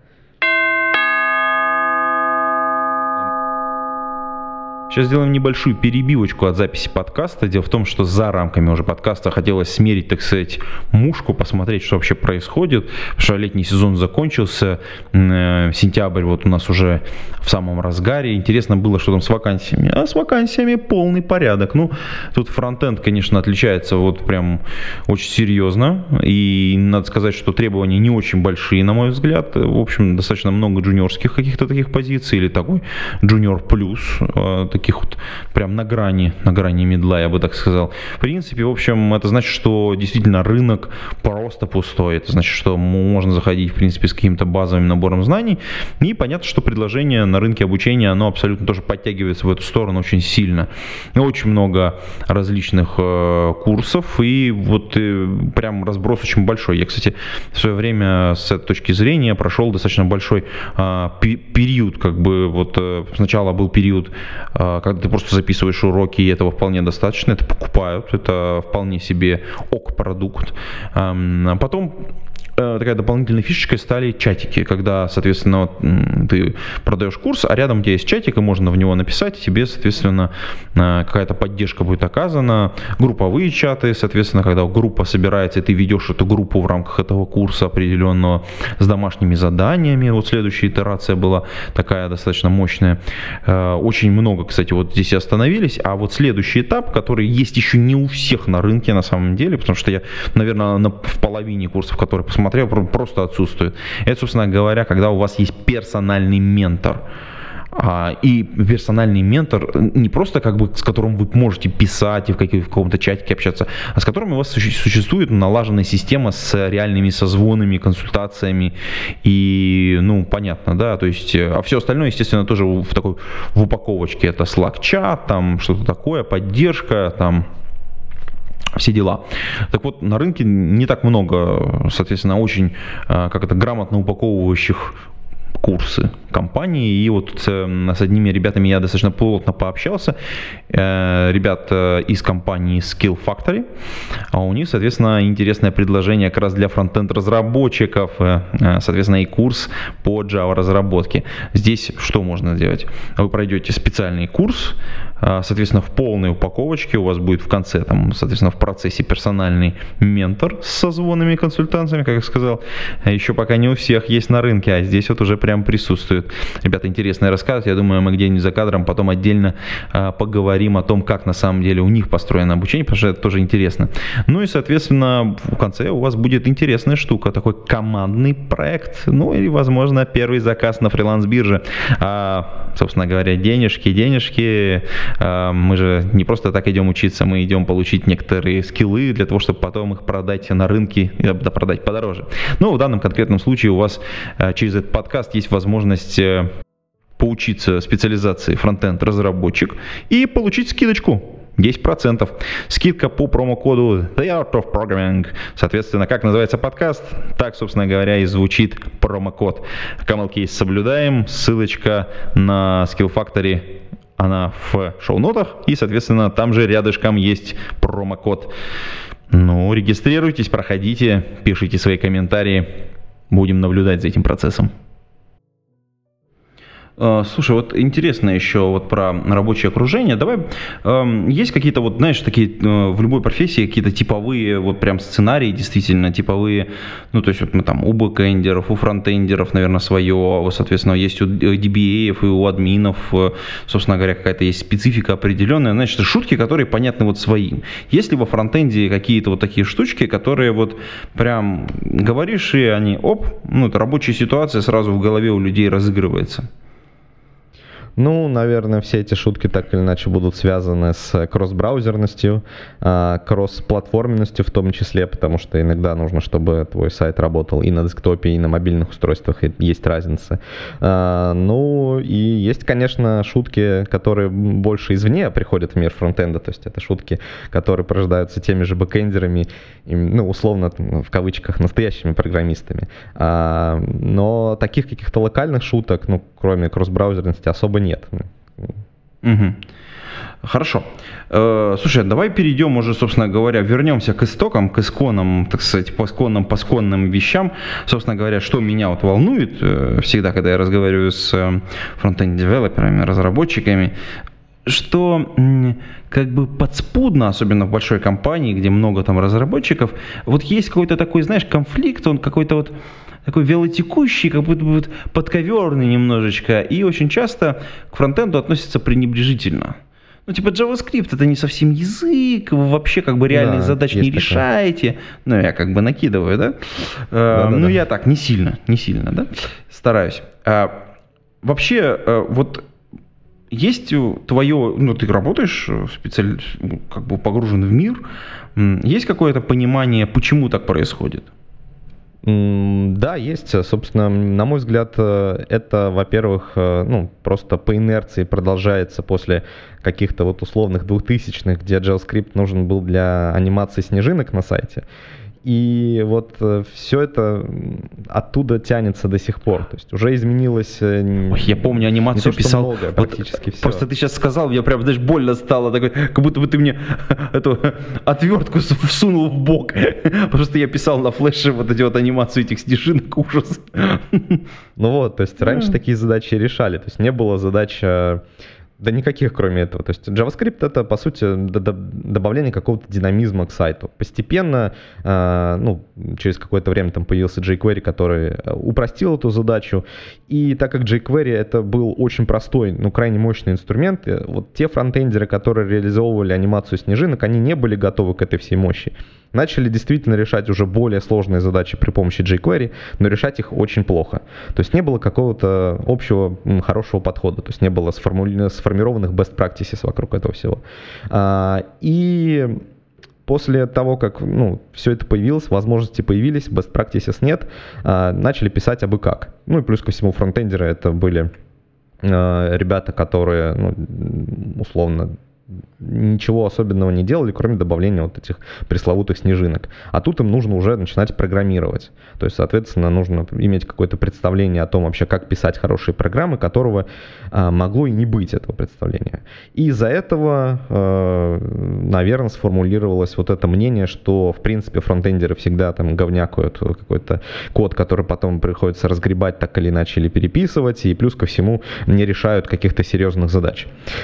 Сейчас сделаем небольшую перебивочку от записи подкаста. Дело в том, что за рамками уже подкаста хотелось смерить, так сказать, мушку, посмотреть, что вообще происходит. Потому что летний сезон закончился, сентябрь вот у нас уже в самом разгаре. Интересно было, что там с вакансиями. А с вакансиями полный порядок. Тут фронтенд, конечно, отличается вот прям очень серьезно. И надо сказать, что требования не очень большие, на мой взгляд. В общем, достаточно много джуниорских каких-то таких позиций или такой джуниор плюс, таких вот прям на грани мидла, я бы так сказал. В принципе, в общем, это значит, что действительно рынок просто пустой. Это значит, что можно заходить, в принципе, с каким-то базовым набором знаний. И понятно, что предложение на рынке обучения, оно абсолютно тоже подтягивается в эту сторону очень сильно. Очень много различных курсов, и вот прям разброс очень большой. Я, кстати, в свое время с этой точки зрения прошел достаточно большой период, сначала был период, когда ты просто записываешь уроки, и этого вполне достаточно, это покупают, это вполне себе ок-продукт. Потом такая дополнительной фишечкой стали чатики, когда, соответственно, ты продаешь курс, а рядом у тебя есть чатик, и можно в него написать, и тебе, соответственно, какая-то поддержка будет оказана. Групповые чаты, соответственно, когда группа собирается, и ты ведешь эту группу в рамках этого курса определенного с домашними заданиями. Вот следующая итерация была такая достаточно мощная. Очень много, кстати, вот здесь и остановились. А вот следующий этап, который есть еще не у всех на рынке на самом деле, потому что я, наверное, в половине курсов, которые посмотрел, просто отсутствует. Это, собственно говоря, когда у вас есть персональный ментор. И персональный ментор не просто с которым вы можете писать и в каком-то чатике общаться, а с которым у вас существует налаженная система с реальными созвонами, консультациями и, понятно, да, то есть, а все остальное, естественно, тоже в упаковочке. Это Slack-чат, там что-то такое, поддержка, там все дела. Так вот, на рынке не так много, соответственно, очень грамотно упаковывающих курсы компании, и вот с одними ребятами я достаточно плотно пообщался, ребят из компании Skill Factory, а у них, соответственно, интересное предложение как раз для фронтенд разработчиков, соответственно, и курс по Java разработке. Здесь что можно сделать? Вы пройдете специальный курс, соответственно, в полной упаковочке у вас будет в конце, там, соответственно, в процессе персональный ментор с созвонами, консультациями, как я сказал, еще пока не у всех есть на рынке, а здесь вот уже прям присутствует. Ребята интересные рассказывают, я думаю, мы где-нибудь за кадром потом отдельно поговорим о том, как на самом деле у них построено обучение, потому что это тоже интересно. Ну и, соответственно, в конце у вас будет интересная штука, такой командный проект, ну или, возможно, первый заказ на фриланс-бирже. Собственно говоря, денежки, мы же не просто так идем учиться, мы идем получить некоторые скиллы для того, чтобы потом их продать на рынке, продать подороже. Но в данном конкретном случае у вас через этот подкаст есть возможность поучиться специализации фронтенд-разработчик и получить скидочку 10%. Скидка по промокоду The Art of Programming. Соответственно, как называется подкаст, так, собственно говоря, и звучит промокод. Camel Case соблюдаем. Ссылочка на Skill Factory, она в шоу-нотах. И, соответственно, там же рядышком есть промокод. Ну, регистрируйтесь, проходите, пишите свои комментарии. Будем наблюдать за этим процессом. Слушай, вот интересно еще вот про рабочее окружение. Давай, есть какие-то вот, знаешь, такие в любой профессии какие-то типовые вот прям сценарии, действительно типовые, ну то есть вот мы там у бэкэндеров, у фронтендеров, наверное, свое, соответственно, есть у DBA-ев и у админов, собственно говоря, какая-то есть специфика определенная, значит, шутки, которые понятны вот своим. Есть ли во фронтенде какие-то вот такие штучки, которые вот прям говоришь, и они, ну это рабочая ситуация сразу в голове у людей разыгрывается? Ну, наверное, все эти шутки так или иначе будут связаны с кросс-браузерностью, кросс-платформенностью в том числе, потому что иногда нужно, чтобы твой сайт работал и на десктопе, и на мобильных устройствах, и есть разница. Ну, и есть, конечно, шутки, которые больше извне приходят в мир фронтенда, то есть это шутки, которые порождаются теми же бэкэндерами, ну, условно, в кавычках, настоящими программистами. Но таких каких-то локальных шуток, ну, кроме кросс-браузерности, особо нет. Угу. Хорошо. Слушай, давай перейдем уже, собственно говоря, вернемся к истокам, к исконным, так сказать, посконным вещам. Собственно говоря, что меня вот волнует всегда, когда я разговариваю с фронтенд-девелоперами, разработчиками, что как бы подспудно, особенно в большой компании, где много там разработчиков, вот есть какой-то такой, знаешь, конфликт, он какой-то вот такой вялотекущий, как будто бы вот подковерный немножечко, и очень часто к фронтенду относятся пренебрежительно. Ну, типа, JavaScript это не совсем язык, вы вообще как бы реальных задач не решаете. Ну, я как бы накидываю, да? Ну, я так, не сильно, да, стараюсь. Вообще, вот есть твое, ну, ты работаешь как бы погружен в мир, есть какое-то понимание, почему так происходит? Да, есть. Собственно, на мой взгляд, это, во-первых, ну, просто по инерции продолжается после каких-то вот условных 2000-х, где JavaScript нужен был для анимации снежинок на сайте. И вот все это оттуда тянется до сих пор. То есть уже изменилось. Ой, я помню, анимацию писал. Много, практически все. Просто ты сейчас сказал, мне прям, знаешь, больно стало. Такой, как будто бы ты мне эту отвертку всунул в бок. Потому что я писал на флеше вот эти вот анимацию этих снежинок, ужас. Ну вот, то есть раньше такие задачи решали. То есть не было задач. Да никаких, кроме этого. То есть JavaScript это, по сути, добавление какого-то динамизма к сайту. Постепенно, ну, через какое-то время там появился jQuery, который упростил эту задачу. И так как jQuery это был очень простой, ну, крайне мощный инструмент, вот те фронтендеры, которые реализовывали анимацию снежинок, они не были готовы к этой всей мощи. Начали действительно решать уже более сложные задачи при помощи jQuery, но решать их очень плохо. То есть не было какого-то общего хорошего подхода, то есть не было сформированных best practices вокруг этого всего. И после того, как, ну, все это появилось, возможности появились, best practices нет, начали писать абы как. Ну и плюс ко всему фронтендеры это были ребята, которые, ну, условно, ничего особенного не делали, кроме добавления вот этих пресловутых снежинок. А тут им нужно уже начинать программировать. То есть, соответственно, нужно иметь какое-то представление о том вообще, как писать хорошие программы, которого могло и не быть, этого представления. И из-за этого, наверное, сформулировалось вот это мнение, что, в принципе, фронтендеры всегда там говнякают какой-то код, который потом приходится разгребать так или иначе или переписывать, и плюс ко всему не решают каких-то серьезных задач.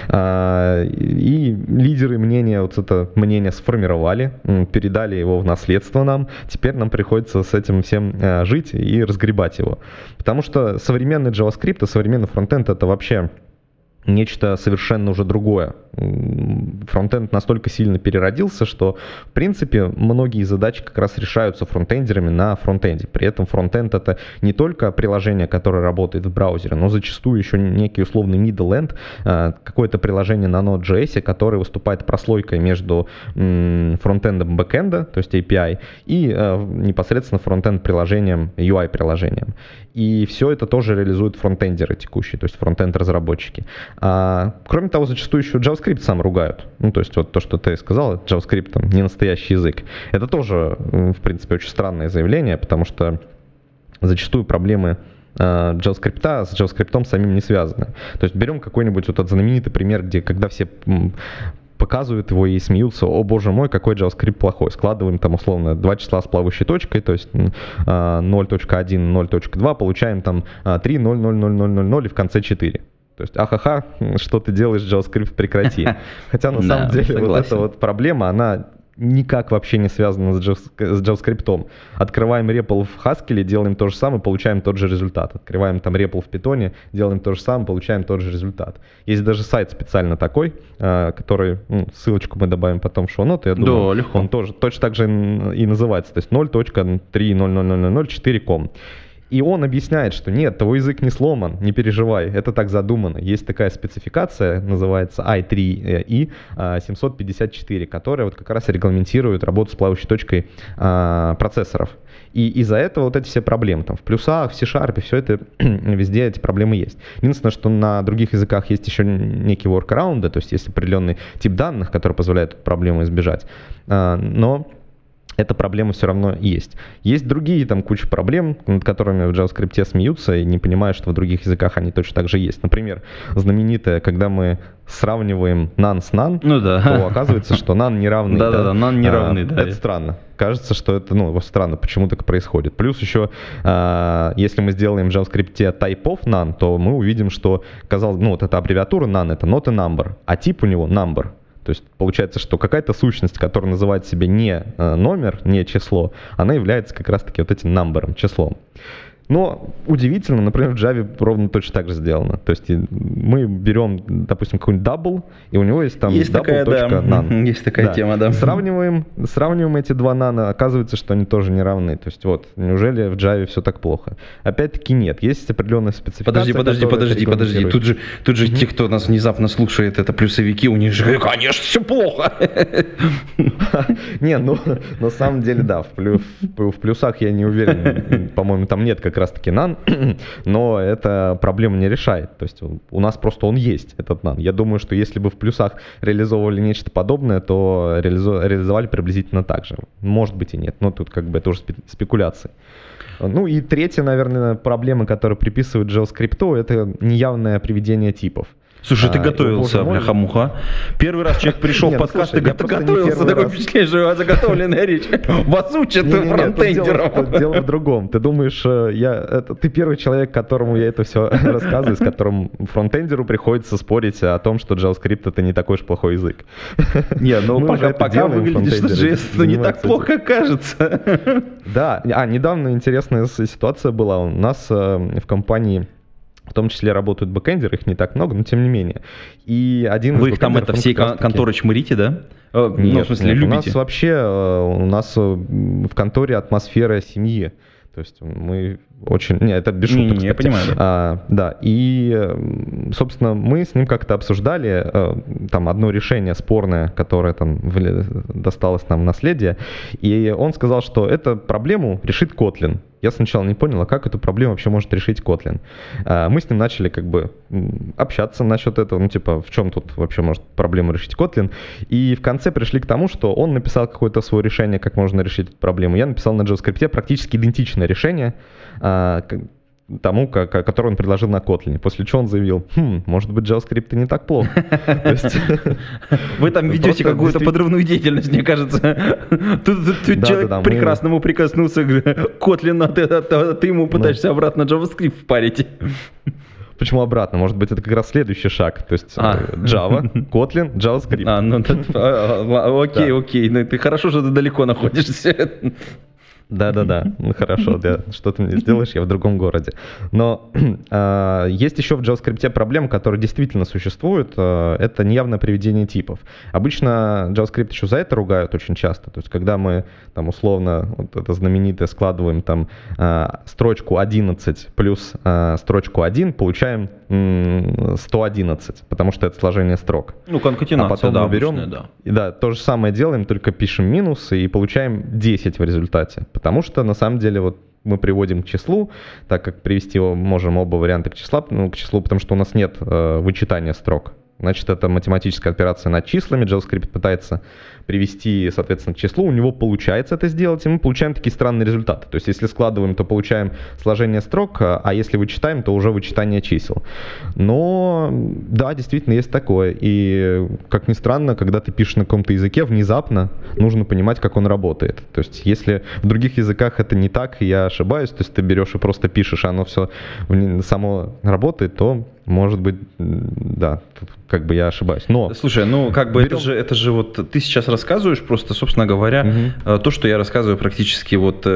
И лидеры мнения, вот это мнение сформировали, передали его в наследство нам. Теперь нам приходится с этим всем жить и разгребать его. Потому что современный JavaScript, современный фронтенд — это вообще нечто совершенно уже другое. Фронтенд настолько сильно переродился, что, в принципе, многие задачи как раз решаются фронтендерами на фронтенде. При этом фронтенд — это не только приложение, которое работает в браузере, но зачастую еще некий условный middle end, какое-то приложение на Node.js, которое выступает прослойкой между фронтендом и бэкенда, то есть API, и непосредственно фронтенд-приложением, UI-приложением. И все это тоже реализуют фронтендеры текущие, то есть фронтенд-разработчики. Кроме того, зачастую еще JavaScript сам ругают. Ну, то есть вот то, что ты сказал, JavaScript там не настоящий язык. Это тоже, в принципе, очень странное заявление, потому что зачастую проблемы JavaScript с JavaScript самим не связаны. То есть берем какой-нибудь вот этот знаменитый пример, где когда все показывают его и смеются: о боже мой, какой JavaScript плохой. Складываем там условно два числа с плавающей точкой, то есть 0.1, 0.2, получаем там 3, 0, 0, 0, 0, 0, 0 и в конце 4. То есть, ахаха, что ты делаешь, JavaScript, прекрати. Хотя на самом деле вот эта вот проблема, она никак вообще не связана с JavaScript. Открываем REPL в Haskell, делаем то же самое, получаем тот же результат. Открываем там REPL в Python, делаем то же самое, получаем тот же результат. Есть даже сайт специально такой, который, ссылочку мы добавим потом в шоу-ноты, я думаю, да, легко. Он тоже точно так же и называется, то есть 0.3.00004.com. И он объясняет, что нет, твой язык не сломан, не переживай, это так задумано. Есть такая спецификация, называется I3E 754, которая вот как раз регламентирует работу с плавающей точкой процессоров. И из-за этого вот эти все проблемы, там в плюсах, в C-Sharp, все это, везде эти проблемы есть. Единственное, что на других языках есть еще некие workaround, то есть есть определенный тип данных, который позволяет эту проблему избежать. Но эта проблема все равно есть. Есть другие там куча проблем, над которыми в JavaScript смеются и не понимают, что в других языках они точно так же есть. Например, знаменитое, когда мы сравниваем none с none, то оказывается, что none не равный. Да-да-да, none не равный. Это странно. Кажется, что это, странно, почему так происходит. Плюс еще, если мы сделаем в JavaScript type of none, то мы увидим, что, казалось, вот эта аббревиатура none — это not a number, а тип у него number. То есть получается, что какая-то сущность, которая называет себя не номер, не число, она является как раз-таки вот этим number'ом, числом. Но удивительно, например, в Java ровно точно так же сделано. То есть мы берем, допустим, какой-нибудь double, и у него есть там double.none. Есть такая тема, да. Сравниваем эти два none, оказывается, что они тоже не равны. То есть вот, неужели в Java все так плохо? Опять-таки нет, есть определенная спецификация. Подожди. Тут же те, кто нас внезапно слушает, это плюсовики, у них же, конечно, все плохо. Не, на самом деле, да, в плюсах я не уверен, по-моему, там нет как раз-таки none, но эта проблема не решает. То есть у нас просто он есть, этот none. Я думаю, что если бы в плюсах реализовывали нечто подобное, то реализовали приблизительно так же. Может быть и нет, но тут как бы это уже спекуляции. Ну и третья, наверное, проблема, которую приписывают JavaScript, это неявное приведение типов. Слушай, ты готовился, бляха-муха. Первый раз человек пришел в подкаст и готовился, такое впечатление, что заготовленная речь. Вас учат фронтендерам. Дело в другом. Ты думаешь, ты первый человек, которому я это все рассказываю, с которым фронтендеру приходится спорить о том, что JavaScript — это не такой уж плохой язык. Не, пока выглядит, что JS не так плохо кажется. Да, недавно интересная ситуация была. У нас в компании в том числе работают бэкэндеры, их не так много, но тем не менее. И один Вы их там всей конторы чмырите, да? Нет, в смысле, любите? У нас в конторе атмосфера семьи. То есть мы очень... Нет, это без шуток. Я понимаю. Да, и, собственно, мы с ним как-то обсуждали там одно решение спорное, которое там досталось нам в наследие, и он сказал, что эту проблему решит Kotlin. Я сначала не понял, а как эту проблему вообще может решить Kotlin. Мы с ним начали как бы общаться насчет этого, ну типа в чем тут вообще может проблему решить Kotlin. И в конце пришли к тому, что он написал какое-то свое решение, как можно решить эту проблему. Я написал на JavaScript практически идентичное решение тому, который он предложил на Kotlin. После чего он заявил, может быть, JavaScript и не так плохо. Вы там ведете какую-то подрывную деятельность, мне кажется. Тут человек прекрасно ему прикоснулся к Kotlin, а ты ему пытаешься обратно JavaScript впарить. Почему обратно? Может быть, это как раз следующий шаг. То есть Java, Kotlin, JavaScript. Окей. Ну, ты хорошо, что ты далеко находишься. Да, ну хорошо, что ты мне сделаешь, я в другом городе. Но есть еще в JavaScript проблема, которая действительно существует, это неявное приведение типов. Обычно JavaScript еще за это ругают очень часто. То есть когда мы там условно, вот это знаменитое, складываем там строчку 11 плюс строчку 1, получаем 111, потому что это сложение строк. Ну, конкатенация, а потом да, мы берем, обычная, да. И да, то же самое делаем, только пишем минусы и получаем 10 в результате. Потому что на самом деле вот мы приводим к числу, так как привести его можем оба варианта к числу, потому что у нас нет вычитания строк. Значит, это математическая операция над числами. JavaScript пытается привести, соответственно, к числу. У него получается это сделать, и мы получаем такие странные результаты. То есть, если складываем, то получаем сложение строк, а если вычитаем, то уже вычитание чисел. Но, да, действительно, есть такое. И, как ни странно, когда ты пишешь на каком-то языке, внезапно нужно понимать, как он работает. То есть, если в других языках это не так, и я ошибаюсь, то есть, ты берешь и просто пишешь, а оно все само работает, то... Может быть, да, тут как бы я ошибаюсь. Но слушай, ну как бы это же вот ты сейчас рассказываешь просто, собственно говоря, то, что я рассказываю практически вот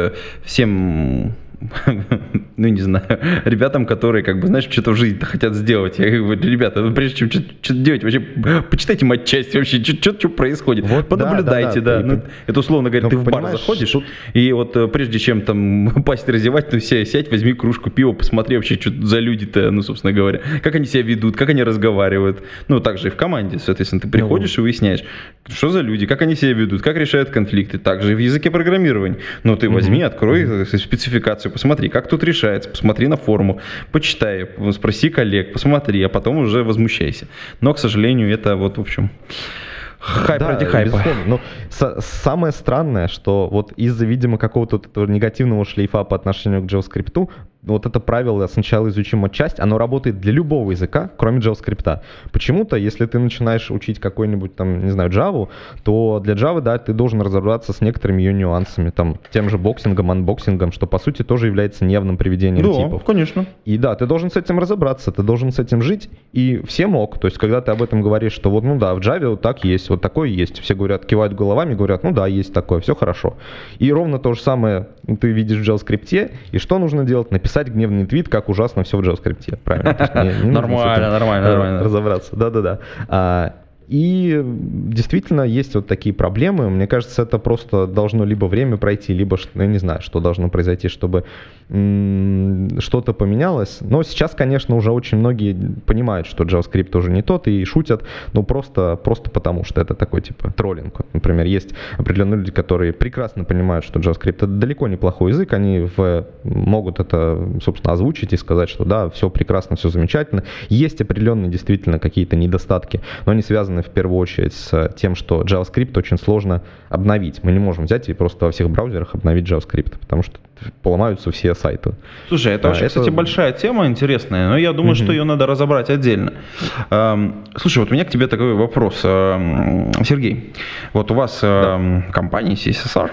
всем, ну не знаю, ребятам, которые как бы, знаешь, что-то в жизни хотят сделать. Я говорю, ребята, прежде чем что-то делать, вообще почитайте матчасть вообще, что происходит. Вот, понаблюдайте, да. Ну, это условно говоря, ты в бар заходишь, и вот прежде чем там пасть разевать, ну сядь, возьми кружку пива, посмотри вообще, что за люди-то, ну, собственно говоря, как они себя ведут, как они разговаривают. Ну, также и в команде, соответственно, ты приходишь и выясняешь, что за люди, как они себя ведут, как решают конфликты. Также и в языке программирования. Ну, ты возьми, открой спецификацию, посмотри, как тут решается, посмотри на форму, почитай, спроси коллег, посмотри, а потом уже возмущайся. Но, к сожалению, это вот, в общем, хайп ради хайпа. Безусловно. Но самое странное, что вот из-за, видимо, какого-то этого негативного шлейфа по отношению к JavaScript, вот это правило «сначала изучим отчасти», оно работает для любого языка, кроме JavaScript. Почему-то, если ты начинаешь учить какой-нибудь, там, не знаю, Java, то для Java, да, ты должен разобраться с некоторыми ее нюансами, там, тем же боксингом, анбоксингом, что, по сути, тоже является неявным приведением типов. Да, конечно. И да, ты должен с этим разобраться, ты должен с этим жить, и всем ок. То есть, когда ты об этом говоришь, что вот, ну да, в Java вот так есть, вот такое есть. Все говорят, кивают головами, говорят, ну да, есть такое, все хорошо. И ровно то же самое ты видишь в JavaScript, и что нужно делать? Написать гневный твит, как ужасно все в JavaScript. Правильно? Нормально. Разобраться. Да. И действительно есть вот такие проблемы. Мне кажется, это просто должно либо время пройти, либо, я не знаю, что должно произойти, чтобы что-то поменялось. Но сейчас, конечно, уже очень многие понимают, что JavaScript тоже не тот, и шутят, ну просто потому, что это такой типа троллинг. Вот, например, есть определенные люди, которые прекрасно понимают, что JavaScript это далеко не плохой язык, они могут это, собственно, озвучить и сказать, что да, все прекрасно, все замечательно. Есть определенные действительно какие-то недостатки, но они связаны в первую очередь с тем, что JavaScript очень сложно обновить. Мы не можем взять и просто во всех браузерах обновить JavaScript, потому что поломаются все сайты. Слушай, это вообще, кстати, большая тема интересная, но я думаю, что ее надо разобрать отдельно. Слушай, вот у меня к тебе такой вопрос. Сергей, вот у вас компания CSSR,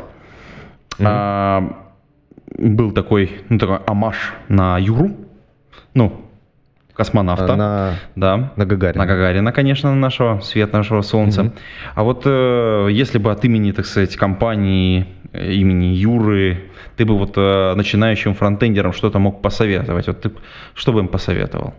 был такой омаж на Юру, космонавта. На Гагарина. На Гагарина, конечно, нашего Солнца. А вот если бы от имени, так сказать, компании, имени Юры, ты бы вот начинающим фронтендерам что-то мог посоветовать, вот ты что бы им посоветовал?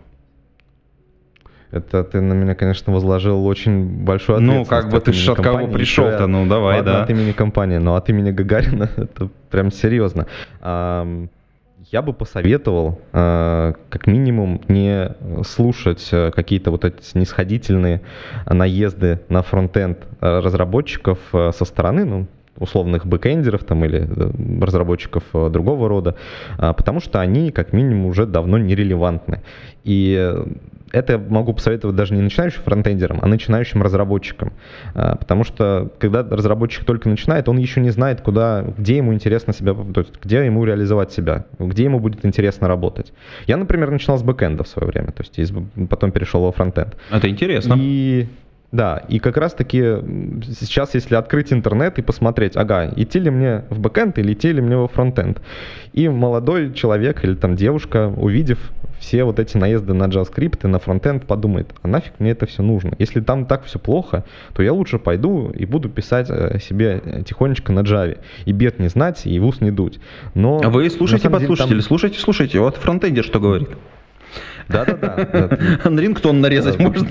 Это ты на меня, конечно, возложил очень большую ответственность. Ну, как бы ты от кого пришел-то, давай, ладно, да. От имени компании, но от имени Гагарина это прям серьезно. Я бы посоветовал, как минимум, не слушать какие-то вот эти снисходительные наезды на фронтенд разработчиков со стороны, условных бэкэндеров там, или разработчиков другого рода, потому что они как минимум уже давно нерелевантны. И это я могу посоветовать даже не начинающим фронтендерам, а начинающим разработчикам. Потому что когда разработчик только начинает, он еще не знает, где ему интересно себя, то есть где ему реализовать себя, где ему будет интересно работать. Я, например, начинал с бэкэнда в свое время, то есть потом перешел во фронтенд. Это интересно. Да, и как раз-таки сейчас, если открыть интернет и посмотреть, идти ли мне в бэкэнд или идти ли мне во фронтенд, и молодой человек или там девушка, увидев все вот эти наезды на JavaScript и на фронтенд, подумает, а нафиг мне это все нужно? Если там так все плохо, то я лучше пойду и буду писать себе тихонечко на Java. И бед не знать, и в ус не дуть. Но, вы слушайте, подслушатели, слушайте, вот фронтендер что говорит. Да. Рингтон нарезать можно.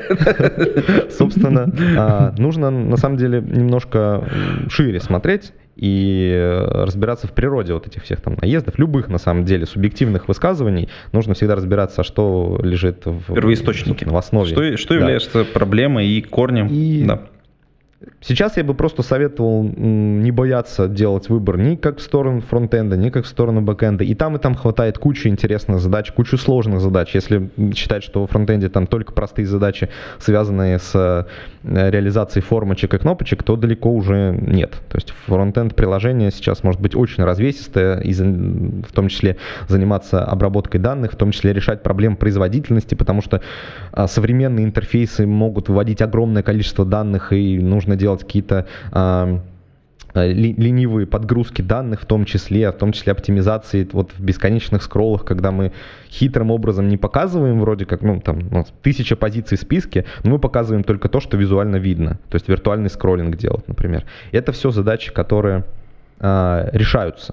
Собственно, нужно на самом деле немножко шире смотреть и разбираться в природе вот этих всех там наездов, любых на самом деле субъективных высказываний. Нужно всегда разбираться, что лежит в первоисточнике, в основе. Что является проблемой и корнем. Да. Сейчас я бы просто советовал не бояться делать выбор ни как в сторону фронтенда, ни как в сторону бэкенда. И там хватает кучи интересных задач, кучу сложных задач. Если считать, что во фронтенде там только простые задачи, связанные с реализацией формочек и кнопочек, то далеко уже нет. То есть фронтенд приложение сейчас может быть очень развесистое, и в том числе заниматься обработкой данных, в том числе решать проблемы производительности, потому что современные интерфейсы могут вводить огромное количество данных, и нужно делать какие-то ленивые подгрузки данных, в том числе оптимизации вот в бесконечных скроллах, когда мы хитрым образом не показываем вроде как, 1000 позиций в списке, но мы показываем только то, что визуально видно, то есть виртуальный скроллинг делать, например. Это все задачи, которые решаются.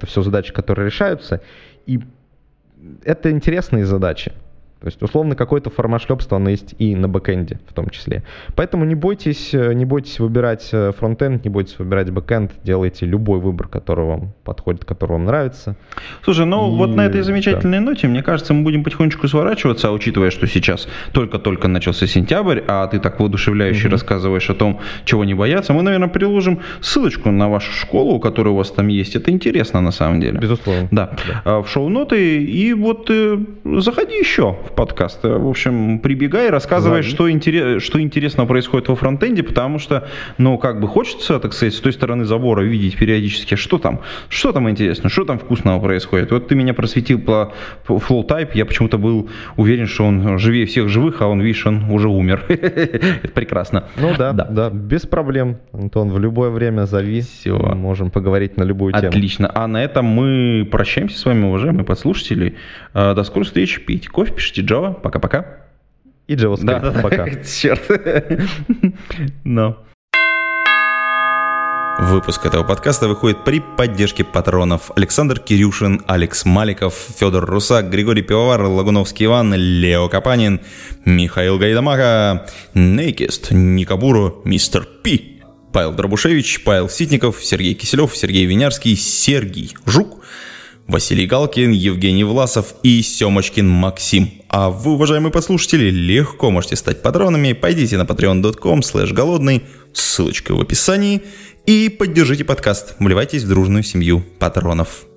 И это интересные задачи. То есть, условно, какое-то формашлепство, оно есть и на бэкэнде в том числе. Поэтому не бойтесь выбирать фронтенд, не бойтесь выбирать бэкэнд, делайте любой выбор, который вам подходит, который вам нравится. Слушай, вот на этой замечательной ноте, мне кажется, мы будем потихонечку сворачиваться, учитывая, что сейчас только-только начался сентябрь, а ты так воодушевляюще рассказываешь о том, чего не бояться. Мы, наверное, приложим ссылочку на вашу школу, которая у вас там есть. Это интересно на самом деле. Безусловно. Да. В шоу-ноты. И вот заходи еще в подкаст. В общем, прибегай, рассказывай, что интересного происходит во фронтенде, потому что, хочется, так сказать, с той стороны забора видеть периодически, что там интересно, что там вкусного происходит. Вот ты меня просветил по FlowType, я почему-то был уверен, что он живее всех живых, а он, видишь, он уже умер. Это прекрасно. Да, без проблем. Антон, в любое время зови. Все. Мы можем поговорить на любую тему. Отлично. А на этом мы прощаемся с вами, уважаемые подслушатели. До скорой встречи. Пейте кофе, пишите Java. Пока-пока. И JavaScript. Пока. Черт. Выпуск этого подкаста выходит при поддержке патронов: Александр Кирюшин, Алекс Маликов, Федор Русак, Григорий Пивовар, Лагуновский Иван, Лео Капанин, Михаил Гайдамака, Нейкист, Никабуру, Мистер Пи, Павел Дробушевич, Павел Ситников, Сергей Киселев, Сергей Винярский, Сергей Жук, Василий Галкин, Евгений Власов и Семочкин Максим. А вы, уважаемые подслушатели, легко можете стать патронами. Пойдите на patreon.com/голодный, ссылочка в описании, и поддержите подкаст. Вливайтесь в дружную семью патронов.